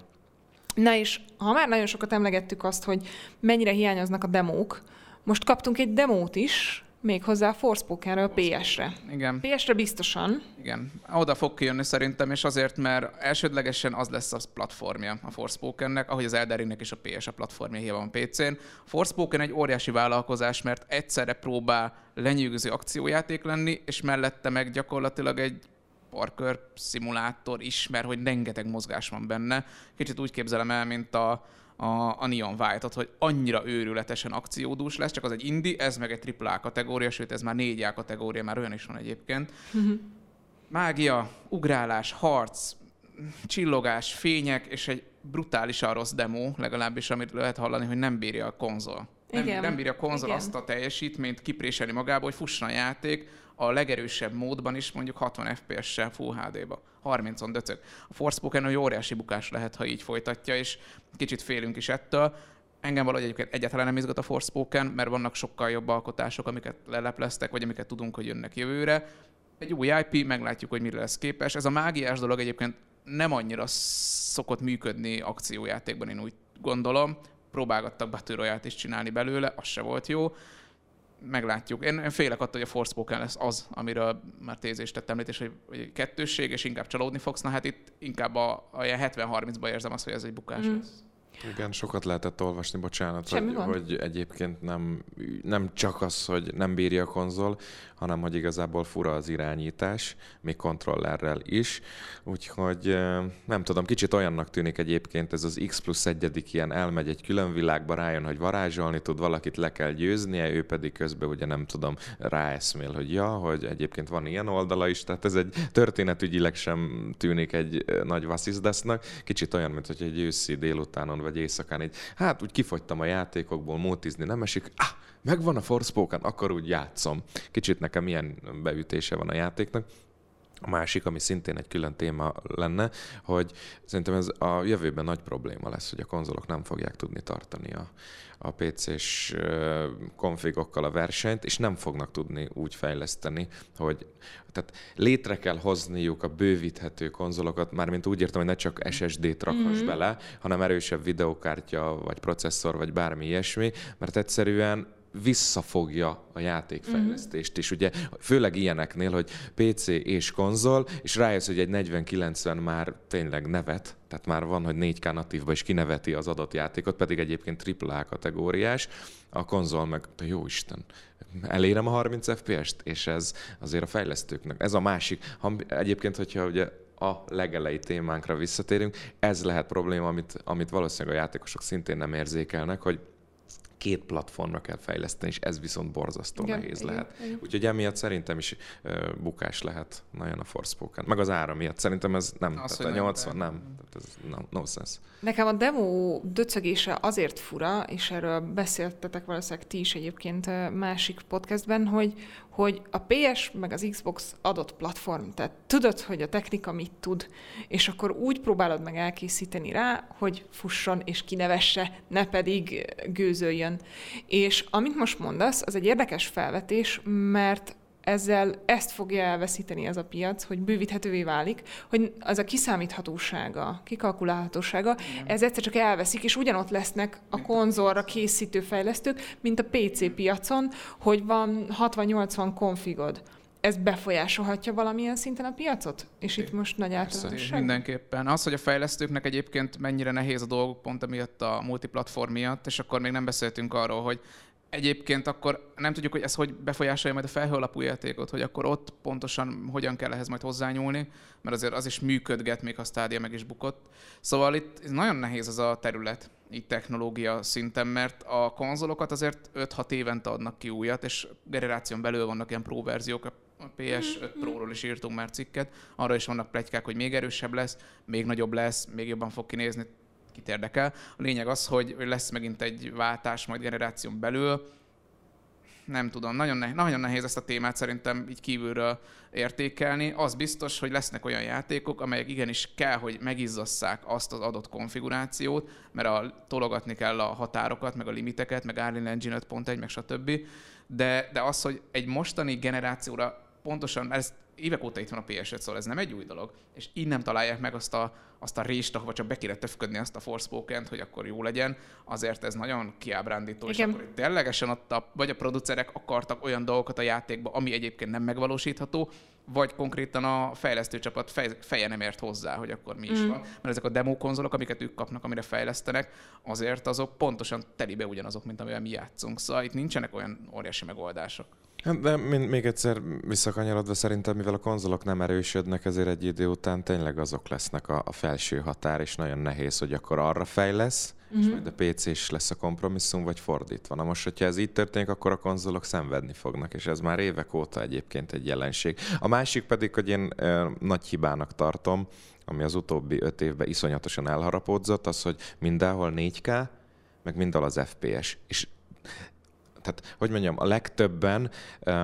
Speaker 1: Na és ha már nagyon sokat emlegettük azt, hogy mennyire hiányoznak a demók, most kaptunk egy demót is, méghozzá a Forspokenről pé esre.
Speaker 3: Igen.
Speaker 1: pé esre biztosan.
Speaker 3: Igen. Oda fog kijönni szerintem, és azért, mert elsődlegesen az lesz a platformja a Forspokennek, ahogy az Elden Ringnek is a pé es a platformja, hiába van pé cén. Forspoken egy óriási vállalkozás, mert egyszerre próbál lenyűgöző akciójáték lenni, és mellette meg gyakorlatilag egy parkour szimulátor is, mert hogy rengeteg mozgás van benne. Kicsit úgy képzelem el, mint a a, a Neon White-ot, hogy annyira őrületesen akciódús lesz, csak az egy indie, ez meg egy tripla á kategória, sőt ez már négy á kategória, már olyan is van egyébként. Uh-huh. Mágia, ugrálás, harc, csillogás, fények, és egy brutálisan rossz demo, legalábbis amit lehet hallani, hogy nem bírja a konzol. Nem, nem bírja a konzol Igen. azt a teljesítményt kipréselni magába, hogy fusson a játék a legerősebb módban is, mondjuk hatvan ef pé es-sel Full há dé-ba. harmincon döcög. A Forspoken egy óriási bukás lehet, ha így folytatja, és kicsit félünk is ettől. Engem valahogy egyébként egyáltalán nem izgat a Forspoken, mert vannak sokkal jobb alkotások, amiket lelepleztek, vagy amiket tudunk, hogy jönnek jövőre. Egy új i pé, meglátjuk, hogy mire lesz képes. Ez a mágiás dolog egyébként nem annyira szokott működni akciójátékban, én úgy gondolom. Próbálgattak Battle Royale-t is csinálni belőle, az se volt jó. meglátjuk. Én félek attól, hogy a Forspoken lesz az, amiről már tézést tett említés, hogy, hogy kettősség, és inkább csalódni fogsz. Na hát itt inkább a, a hetven harmincba érzem azt, hogy ez egy bukás mm. lesz.
Speaker 2: Igen, sokat lehetett olvasni, bocsánat, hogy, hogy egyébként nem, nem csak az, hogy nem bírja a konzol, hanem hogy igazából fura az irányítás, még kontrollerrel is. Úgyhogy nem tudom, kicsit olyannak tűnik egyébként ez az X plusz egyedik ilyen elmegy egy külön világba, rájön, hogy varázsolni tud, valakit le kell győznie, ő pedig közben ugye nem tudom, ráeszmél, hogy ja, hogy egyébként van ilyen oldala is, tehát ez egy történetügyileg sem tűnik egy nagy vasszizdesznak. Kicsit olyan, mint hogy egy őszi délutánon vagy éjszakán így, hát úgy kifogytam a játékokból, mótizni nem esik, ah, megvan a Forspoken, akkor úgy játszom. Kicsit nekem ilyen beütése van a játéknak. A másik, ami szintén egy külön téma lenne, hogy szerintem ez a jövőben nagy probléma lesz, hogy a konzolok nem fogják tudni tartani a, a pé cés konfigokkal a versenyt, és nem fognak tudni úgy fejleszteni, hogy tehát létre kell hozniuk a bővíthető konzolokat, mármint úgy értem, hogy ne csak es es dét rakhass mm-hmm. bele, hanem erősebb videokártya, vagy processzor, vagy bármi ilyesmi, mert egyszerűen visszafogja a játékfejlesztést is. Ugye főleg ilyeneknél, hogy pé cé és konzol, és rájössz, hogy egy negyven kilencven már tényleg nevet, tehát már van, hogy négy ká natívba is kineveti az adott játékot, pedig egyébként tripla á kategóriás, a konzol meg, de jó Isten, elérem a harminc ef pé est, és ez azért a fejlesztőknek. Ez a másik. Ha, egyébként, hogyha ugye a legelei témánkra visszatérünk, ez lehet probléma, amit, amit valószínűleg a játékosok szintén nem érzékelnek, hogy két platformra kell fejleszteni, és ez viszont borzasztó igen, nehéz igen, lehet. Igen. Úgyhogy emiatt szerintem is uh, bukás lehet nagyon a Forspoken. Meg az ára miatt. Szerintem ez nem. Az, tehát a nyolcvan nem. nem. Tehát ez no, nonsense.
Speaker 1: Nekem a demo döcögése azért fura, és erről beszéltetek valószínűleg ti is egyébként másik podcastben, hogy, hogy a pé es meg az Xbox adott platform. Tehát tudod, hogy a technika mit tud, és akkor úgy próbálod meg elkészíteni rá, hogy fusson és kinevesse, ne pedig gőzöljön. És amit most mondasz, az egy érdekes felvetés, mert ezzel ezt fogja elveszíteni ez a piac, hogy bővíthetővé válik, hogy az a kiszámíthatósága, kikalkulálhatósága, igen. ez egyszer csak elveszik, és ugyanott lesznek a konzolra készítő fejlesztők, mint a pé cé piacon, hogy van hatvan-nyolcvan konfigod. Ez befolyásolhatja valamilyen szinten a piacot? És itt most nagy általánosság?
Speaker 3: Mindenképpen. Az, hogy a fejlesztőknek egyébként mennyire nehéz a dolguk pont emiatt a multiplatform miatt, és akkor még nem beszéltünk arról, hogy egyébként akkor nem tudjuk, hogy ez hogy befolyásolja majd a felhő alapú játékot, hogy akkor ott pontosan hogyan kell ehhez majd hozzányúlni, mert azért az is működget, még a Stadia meg is bukott. Szóval itt nagyon nehéz az a terület, így technológia szinten, mert a konzolokat azért öt-hat évente adnak ki újat, és generáción belül vannak ilyen pro verziók, a pé es öt Pro-ról is írtunk már cikket, arra is vannak pletykák, hogy még erősebb lesz, még nagyobb lesz, még jobban fog kinézni, kit érdekel. A lényeg az, hogy lesz megint egy váltás majd generáción belül. Nem tudom, nagyon nehéz, nagyon nehéz ezt a témát szerintem így kívülről értékelni. Az biztos, hogy lesznek olyan játékok, amelyek igenis kell, hogy megizzasszák azt az adott konfigurációt, mert a, tologatni kell a határokat, meg a limiteket, meg Unreal Engine öt pont egy, meg stb. De, de az, hogy egy mostani generációra pontosan, ez évek óta itt van a pé es öt, szóval ez nem egy új dolog, és így nem találják meg azt a, azt a rést, ahova csak be kéne töfködni azt a Forspokent, hogy akkor jó legyen, azért ez nagyon kiábrándító, igen. És akkor ténylegesen ott a, vagy a producerek akartak olyan dolgokat a játékba, ami egyébként nem megvalósítható, vagy konkrétan a fejlesztőcsapat fej, feje nem ért hozzá, hogy akkor mi is mm. van. Mert ezek a demo konzolok, amiket ők kapnak, amire fejlesztenek, azért azok pontosan telibe ugyanazok, mint amivel mi játszunk. Szóval itt nincsenek olyan óriási megoldások.
Speaker 2: De még egyszer visszakanyarodva, szerintem, mivel a konzolok nem erősödnek, ezért egy idő után tényleg azok lesznek a, a felső határ, és nagyon nehéz, hogy akkor arra fejlesz, mm-hmm. és majd a pé cés lesz a kompromisszum, vagy fordítva. Na most, hogyha ez így történik, akkor a konzolok szenvedni fognak, és ez már évek óta egyébként egy jelenség. A másik pedig, hogy én e, nagy hibának tartom, ami az utóbbi öt évben iszonyatosan elharapódzott, az, hogy mindenhol négy ká, meg mindenhol az ef pé es. És tehát, hogy mondjam, a legtöbben, uh,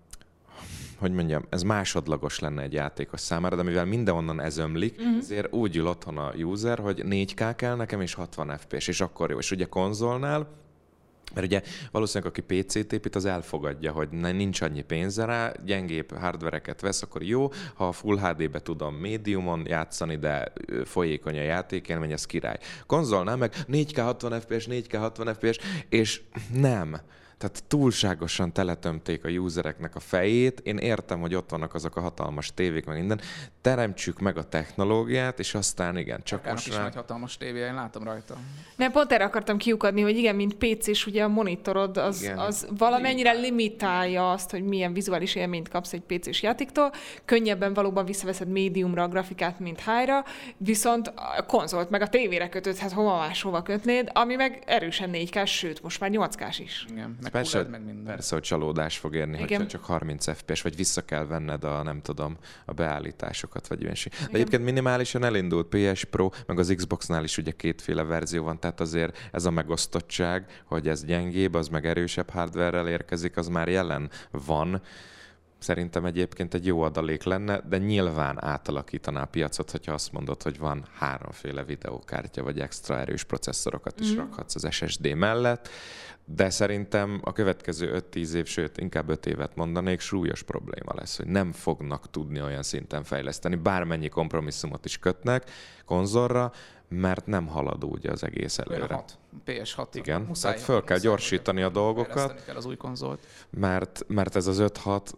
Speaker 2: hogy mondjam, ez másodlagos lenne egy játékos számára, de mivel mindenonnan ez ömlik, uh-huh. ezért úgy ül otthon a user, hogy négy ká kell nekem, és hatvan ef pé es, és akkor jó. És ugye konzolnál, mert ugye valószínűleg aki pé cét épít, az elfogadja, hogy nincs annyi pénze rá, gyengébb hardvereket vesz, akkor jó, ha a Full há dé-be tudom médiumon játszani, de folyékony a játékélmény, ez király. Konzolnál meg négy ká hatvan ef pé es, négy ká hatvan ef pé es, és nem. Tehát túlságosan teletömték a usereknek a fejét. Én értem, hogy ott vannak azok a hatalmas tévék, meg minden. Teremtsük meg a technológiát, és aztán igen, csak
Speaker 3: Akárnak
Speaker 2: most
Speaker 3: is
Speaker 2: rá...
Speaker 3: nagy hatalmas tévé, én látom rajta.
Speaker 1: Nem, pont erre akartam kiukadni, hogy igen, mint pé cés, ugye a monitorod az, az valamennyire limitálja azt, hogy milyen vizuális élményt kapsz egy pé cés játéktól. Könnyebben valóban visszaveszed médiumra a grafikát, mint high-ra, viszont a konzolt meg a tévére kötött, hát hova máshova kötnéd, ami meg erősen négy kás, sőt, most már nyolc kás is.
Speaker 3: Igen, meg
Speaker 2: Persze,
Speaker 3: hullad, meg minden.
Speaker 2: persze, hogy csalódás fog érni,
Speaker 1: Igen.
Speaker 2: hogyha csak harminc ef pé es, vagy vissza kell venned a, nem tudom, a beállításokat, vagy ilyesmi. De egyébként minimálisan elindult pé es Pro, meg az Xboxnál is ugye kétféle verzió van, tehát azért ez a megosztottság, hogy ez gyengébb, az meg erősebb hardware-rel érkezik, az már jelen van. Szerintem egyébként egy jó adalék lenne, de nyilván átalakítaná a piacot, hogyha azt mondod, hogy van háromféle videókártya, vagy extra erős processzorokat is mm. rakhatsz az es es dé mellett, de szerintem a következő öt-tíz év, sőt, inkább öt évet mondanék, súlyos probléma lesz, hogy nem fognak tudni olyan szinten fejleszteni, bármennyi kompromisszumot is kötnek konzolra, mert nem halad úgy az egész előre.
Speaker 3: hat, pé es hat.
Speaker 2: Igen,
Speaker 3: muszáj,
Speaker 2: tehát föl kell gyorsítani a dolgokat,
Speaker 3: kell az új konzolt.
Speaker 2: mert, mert ez az öt-hat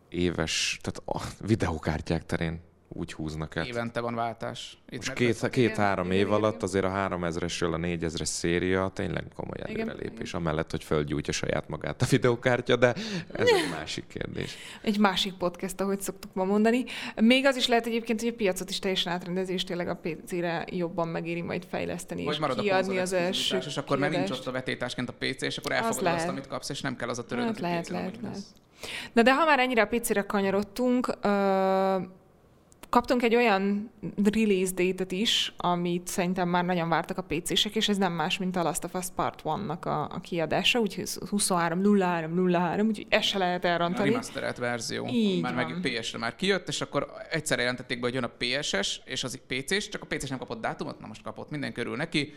Speaker 2: éves, tehát a videókártyák terén úgy húznak el.
Speaker 3: Évente van váltás. Itt
Speaker 2: most két, két-három
Speaker 1: igen,
Speaker 2: év
Speaker 1: igen,
Speaker 2: alatt
Speaker 1: igen.
Speaker 2: azért a háromezresről a négyezres széria tényleg komoly előrelépés, amellett, hogy földgyújtja saját magát a videókártya, de ez egy másik kérdés.
Speaker 1: Egy másik podcast, ahogy szoktuk ma mondani. Még az is lehet egyébként, hogy a piacot is teljesen átrendezi, és tényleg a pé cére jobban megéri majd fejleszteni,
Speaker 3: Vagy
Speaker 1: és
Speaker 3: marad
Speaker 1: kiadni
Speaker 3: a
Speaker 1: az első
Speaker 3: és akkor meg nincs
Speaker 1: kiadást.
Speaker 3: ott a vetétásként a pé cé, és akkor elfogadod azt,
Speaker 1: lehet.
Speaker 3: amit kapsz, és nem kell az a törődött,
Speaker 1: Hát
Speaker 3: hogy
Speaker 1: lehet,
Speaker 3: pé cén
Speaker 1: lehet,
Speaker 3: amúgy
Speaker 1: lehet.
Speaker 3: lesz.
Speaker 1: Na de ha már ennyire a pé cére kanyarodtunk, ö, kaptunk egy olyan release date-et is, amit szerintem már nagyon vártak a pé cések, és ez nem más, mint a Last of Us Part egy-nak a, a kiadása, úgyhogy huszonhárom nulla három nulla három, úgyhogy ezt se lehet
Speaker 3: A
Speaker 1: elrontani.
Speaker 3: remasterelt verzió.
Speaker 1: Így
Speaker 3: már
Speaker 1: van.
Speaker 3: meg pé esre már kijött, és akkor egyszerre jelentették be, hogy jön a pé es-es és az pé cés, csak a pé cés nem kapott dátumot, na most kapott, minden körül neki.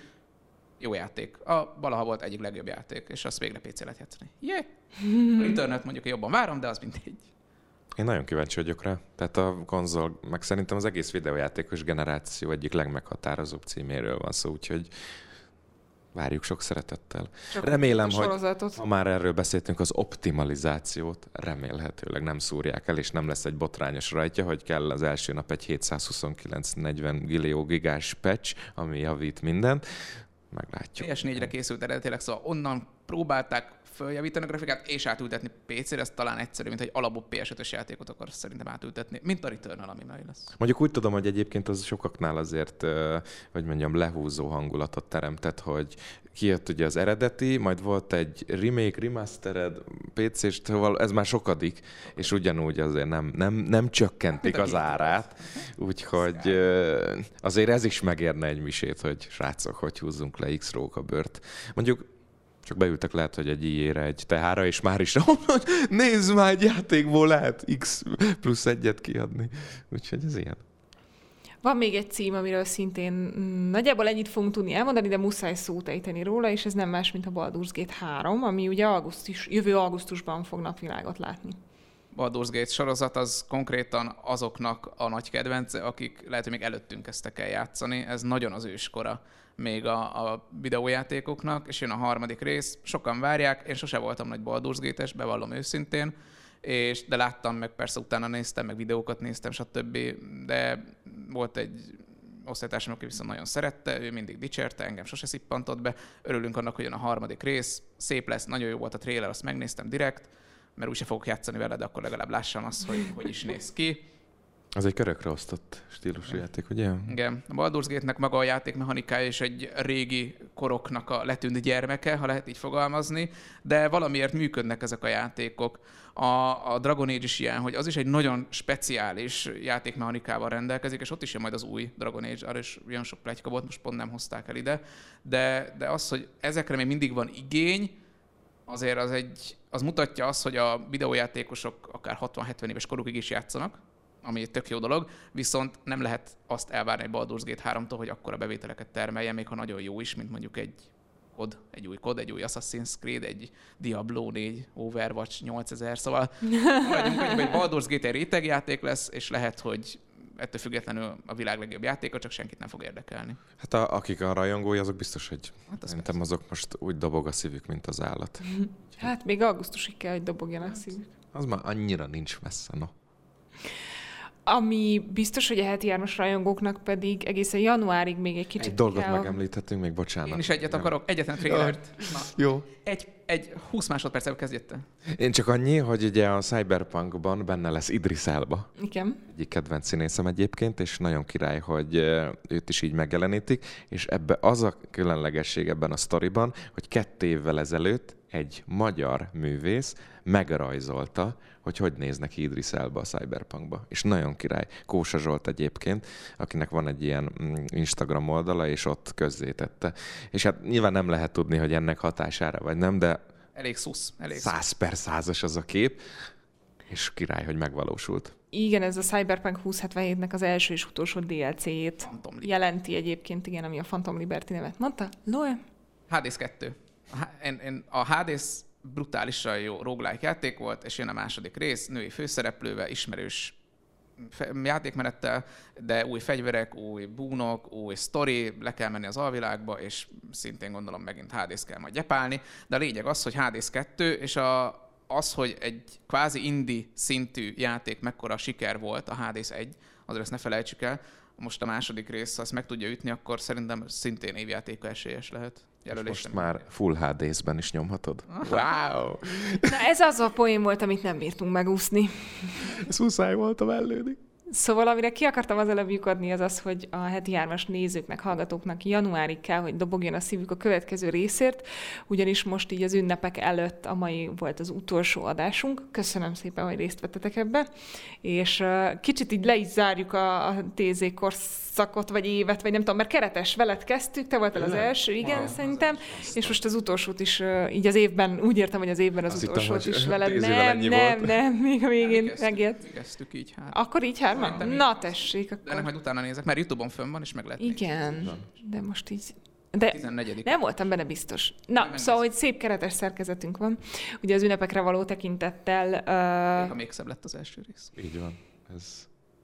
Speaker 3: Jó játék. A valaha volt egyik legjobb játék, és azt végre pé cé lehet játszani. Yeah! A Internet mondjuk jobban várom, de az mindegy.
Speaker 2: Én nagyon kíváncsi vagyok rá. Tehát a konzol, meg szerintem az egész videójátékos generáció egyik legmeghatározóbb címéről van szó, úgyhogy várjuk sok szeretettel.
Speaker 1: Csak
Speaker 2: Remélem,
Speaker 1: a
Speaker 2: hogy
Speaker 1: sorozatot.
Speaker 2: ha már erről beszéltünk, az optimalizációt remélhetőleg nem szúrják el, és nem lesz egy botrányos rajtja, hogy kell az első nap egy hétszázhuszonkilenc negyven gillió gigás patch, ami javít mindent. Meglátjuk.
Speaker 3: pé es négyre készült eredetileg, szóval onnan próbálták följavítani a grafikát, és átültetni pé cére, ez talán egyszerű, mint egy alapú pé es ötös játékot akarsz szerintem átültetni, mint a Returnal, ami majd lesz.
Speaker 2: Mondjuk úgy tudom, hogy egyébként az sokaknál azért, hogy mondjam, lehúzó hangulatot teremtett, hogy kijött ugye az eredeti, majd volt egy remake, remastered, pé cés, szóval ez már sokadik, és ugyanúgy azért nem, nem, nem csökkentik az árát, úgyhogy azért ez is megérne egy misét, hogy srácok, hogy húzzunk le X-rók a bört. Mondjuk csak beültek, lehet, hogy egy i é-re, egy té há-ra, és már is hogy nézd már, egy játékból lehet X plusz egyet kiadni. Úgyhogy ez ilyen.
Speaker 1: Van még egy cím, amiről szintén mm, nagyjából ennyit fogunk tudni elmondani, de muszáj szót ejteni róla, és ez nem más, mint a Baldur's Gate három, ami ugye augusztus, jövő augusztusban fog napvilágot látni.
Speaker 3: Baldur's Gate sorozat az konkrétan azoknak a nagy kedvence, akik lehet, hogy még előttünk kezdtek el játszani. Ez nagyon az őskora még a, a videójátékoknak, és jön a harmadik rész. Sokan várják, én sose voltam nagy Baldur's Gate-es, bevallom őszintén, és, de láttam, meg persze utána néztem, meg videókat néztem, stb. De volt egy osztálytársam, aki viszont nagyon szerette, ő mindig dicsérte, engem sose szippantott be. Örülünk annak, hogy jön a harmadik rész, szép lesz, nagyon jó volt a trailer, azt megnéztem direkt, mert úgyse fogok játszani vele, de akkor legalább lássam azt, hogy hogy is néz ki.
Speaker 2: Az egy körökre osztott stílusú játék, ugye?
Speaker 3: Igen. A Baldur's Gate-nek maga a játékmechanikája és egy régi koroknak a letűnt gyermeke, ha lehet így fogalmazni, de valamiért működnek ezek a játékok. A, a Dragon Age is ilyen, hogy az is egy nagyon speciális játékmechanikával rendelkezik, és ott is jön majd az új Dragon Age, arra is olyan sok pletyka volt, most pont nem hozták el ide, de, de az, hogy ezekre még mindig van igény, azért az, egy, az mutatja azt, hogy a videójátékosok akár hatvan-hetven éves korukig is játszanak, ami egy tök jó dolog, viszont nem lehet azt elvárni egy Baldur's Gate háromtól, hogy akkora bevételeket termeljen, még ha nagyon jó is, mint mondjuk egy kod, egy új kod, egy új Assassin's Creed, egy Diablo négy, Overwatch nyolcezer, szóval maradjunk, hogy egy Baldur's Gate egy rétegjáték lesz, és lehet, hogy ettől függetlenül a világ legjobb játéka, csak senkit nem fog érdekelni.
Speaker 2: Hát a, akik a rajongói, azok biztos, hogy
Speaker 3: Hát az
Speaker 2: szerintem
Speaker 3: persze.
Speaker 2: azok most úgy dobog a szívük, mint az állat.
Speaker 1: Hát még augusztusig kell, hogy dobogjanak szívük.
Speaker 2: Az már annyira nincs messze, no.
Speaker 1: Ami biztos, hogy a heti jármas rajongóknak pedig egészen januárig még egy kicsit
Speaker 2: Egy dolgot
Speaker 1: kell-
Speaker 2: megemlíthetünk, még bocsánat.
Speaker 3: Én is egyet
Speaker 2: Nem.
Speaker 3: akarok, egyetlen trailert. Na,
Speaker 2: Jó.
Speaker 3: egy, egy húsz másodperccel kezdjette.
Speaker 2: Én csak annyi, hogy ugye a Cyberpunkban benne lesz Idris Elba.
Speaker 1: Igen.
Speaker 2: Egyik kedvenc színészem egyébként, és nagyon király, hogy eh, őt is így megjelenítik, és ebbe az a különlegesség ebben a sztoriban, hogy két évvel ezelőtt egy magyar művész megrajzolta, hogy hogy néz neki Idris Elba a Cyberpunkba. És nagyon király. Kósa Zsolt egyébként, akinek van egy ilyen mm, Instagram oldala, és ott közzétette. És hát nyilván nem lehet tudni, hogy ennek hatására vagy nem, de
Speaker 3: Elég szusz, elég szusz.
Speaker 2: száz per százas az a kép, és király, hogy megvalósult.
Speaker 1: Igen, ez a Cyberpunk húszszázhetvenhétnek az első és utolsó dé el cé-jét
Speaker 3: Phantom Liberty.
Speaker 1: jelenti egyébként, igen, ami a Phantom Liberty nevet mondta. Noé?
Speaker 3: Hades kettő. A, H- én, én, a Hades brutálisan jó roguelike játék volt, és jön a második rész, női főszereplővel, ismerős fe- játékmenettel, de új fegyverek, új búnok, új sztori, le kell menni az alvilágba, és szintén gondolom megint Hades kell majd gyepálni. De a lényeg az, hogy Hades kettő, és a, az, hogy egy kvázi indie szintű játék mekkora siker volt a Hades egy, azért ezt ne felejtsük el, most a második rész, ha ezt meg tudja ütni, akkor szerintem szintén évjátéka esélyes lehet.
Speaker 2: Most már full há dé-ben is nyomhatod.
Speaker 3: Wow!
Speaker 1: Na ez az a poén volt, amit nem bírtunk megúszni.
Speaker 2: Ez muszáj volt a mellőni.
Speaker 1: Szóval amire ki akartam az előbb lyukadni, az az, hogy a heti jármas nézőknek, hallgatóknak januárig kell, hogy dobogjon a szívük a következő részért, ugyanis most így az ünnepek előtt a mai volt az utolsó adásunk. Köszönöm szépen, hogy részt vettetek ebbe, és uh, kicsit így le is zárjuk a, a té zé korszakot, vagy évet, vagy nem tudom, mert keretes veled kezdtük, te voltál az első, igen, szerintem, és most az utolsót is uh, így az évben, úgy értem, hogy az évben az
Speaker 2: Azt hittem,
Speaker 1: utolsót
Speaker 2: hogy
Speaker 1: is veled.
Speaker 2: tíz évvel
Speaker 1: Nem,
Speaker 2: ennyi
Speaker 1: nem,
Speaker 2: volt.
Speaker 1: nem, még a végén
Speaker 3: Kezdtük-
Speaker 1: megjött.
Speaker 3: Kezdtük így, hát.
Speaker 1: Akkor így hárman?
Speaker 3: Szerintem így.
Speaker 1: Na tessék,
Speaker 3: De ennek
Speaker 1: akkor.
Speaker 3: majd utána nézek, mert YouTube-on fönn van, és meg lehet nézni.
Speaker 1: Igen, de most így... De
Speaker 3: tizennegyedik.
Speaker 1: nem voltam benne biztos. Na,
Speaker 3: Nem
Speaker 1: szóval, hogy szép keretes szerkezetünk van. Ugye az ünnepekre való tekintettel...
Speaker 3: Még,
Speaker 1: Uh,
Speaker 3: ha még szebb lett az első rész.
Speaker 2: Így van. Ez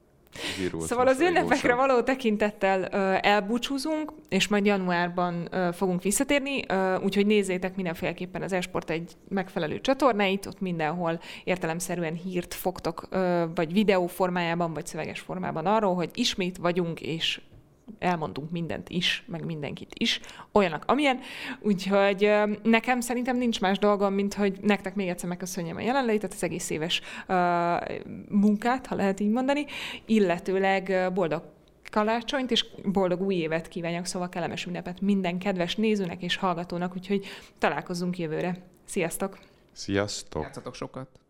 Speaker 2: virult
Speaker 1: szóval az
Speaker 2: mosolygósan.
Speaker 1: ünnepekre való tekintettel uh, elbúcsúzunk, és majd januárban uh, fogunk visszatérni, uh, úgyhogy nézzétek mindenféleképpen az eSport egy megfelelő csatornáit, ott mindenhol értelemszerűen hírt fogtok, uh, vagy videó formájában, vagy szöveges formában arról, hogy ismét vagyunk, és elmondunk mindent is, meg mindenkit is, olyanak, amilyen. Úgyhogy ö, nekem szerintem nincs más dolgom, mint hogy nektek még egyszer megköszönjem a jelenlétet, az egész éves uh, munkát, ha lehet így mondani, illetőleg ö, boldog karácsonyt és boldog új évet kívánjak, szóval kellemes ünnepet minden kedves nézőnek és hallgatónak, úgyhogy találkozzunk jövőre. Sziasztok!
Speaker 2: Sziasztok!
Speaker 3: Játszatok sokat.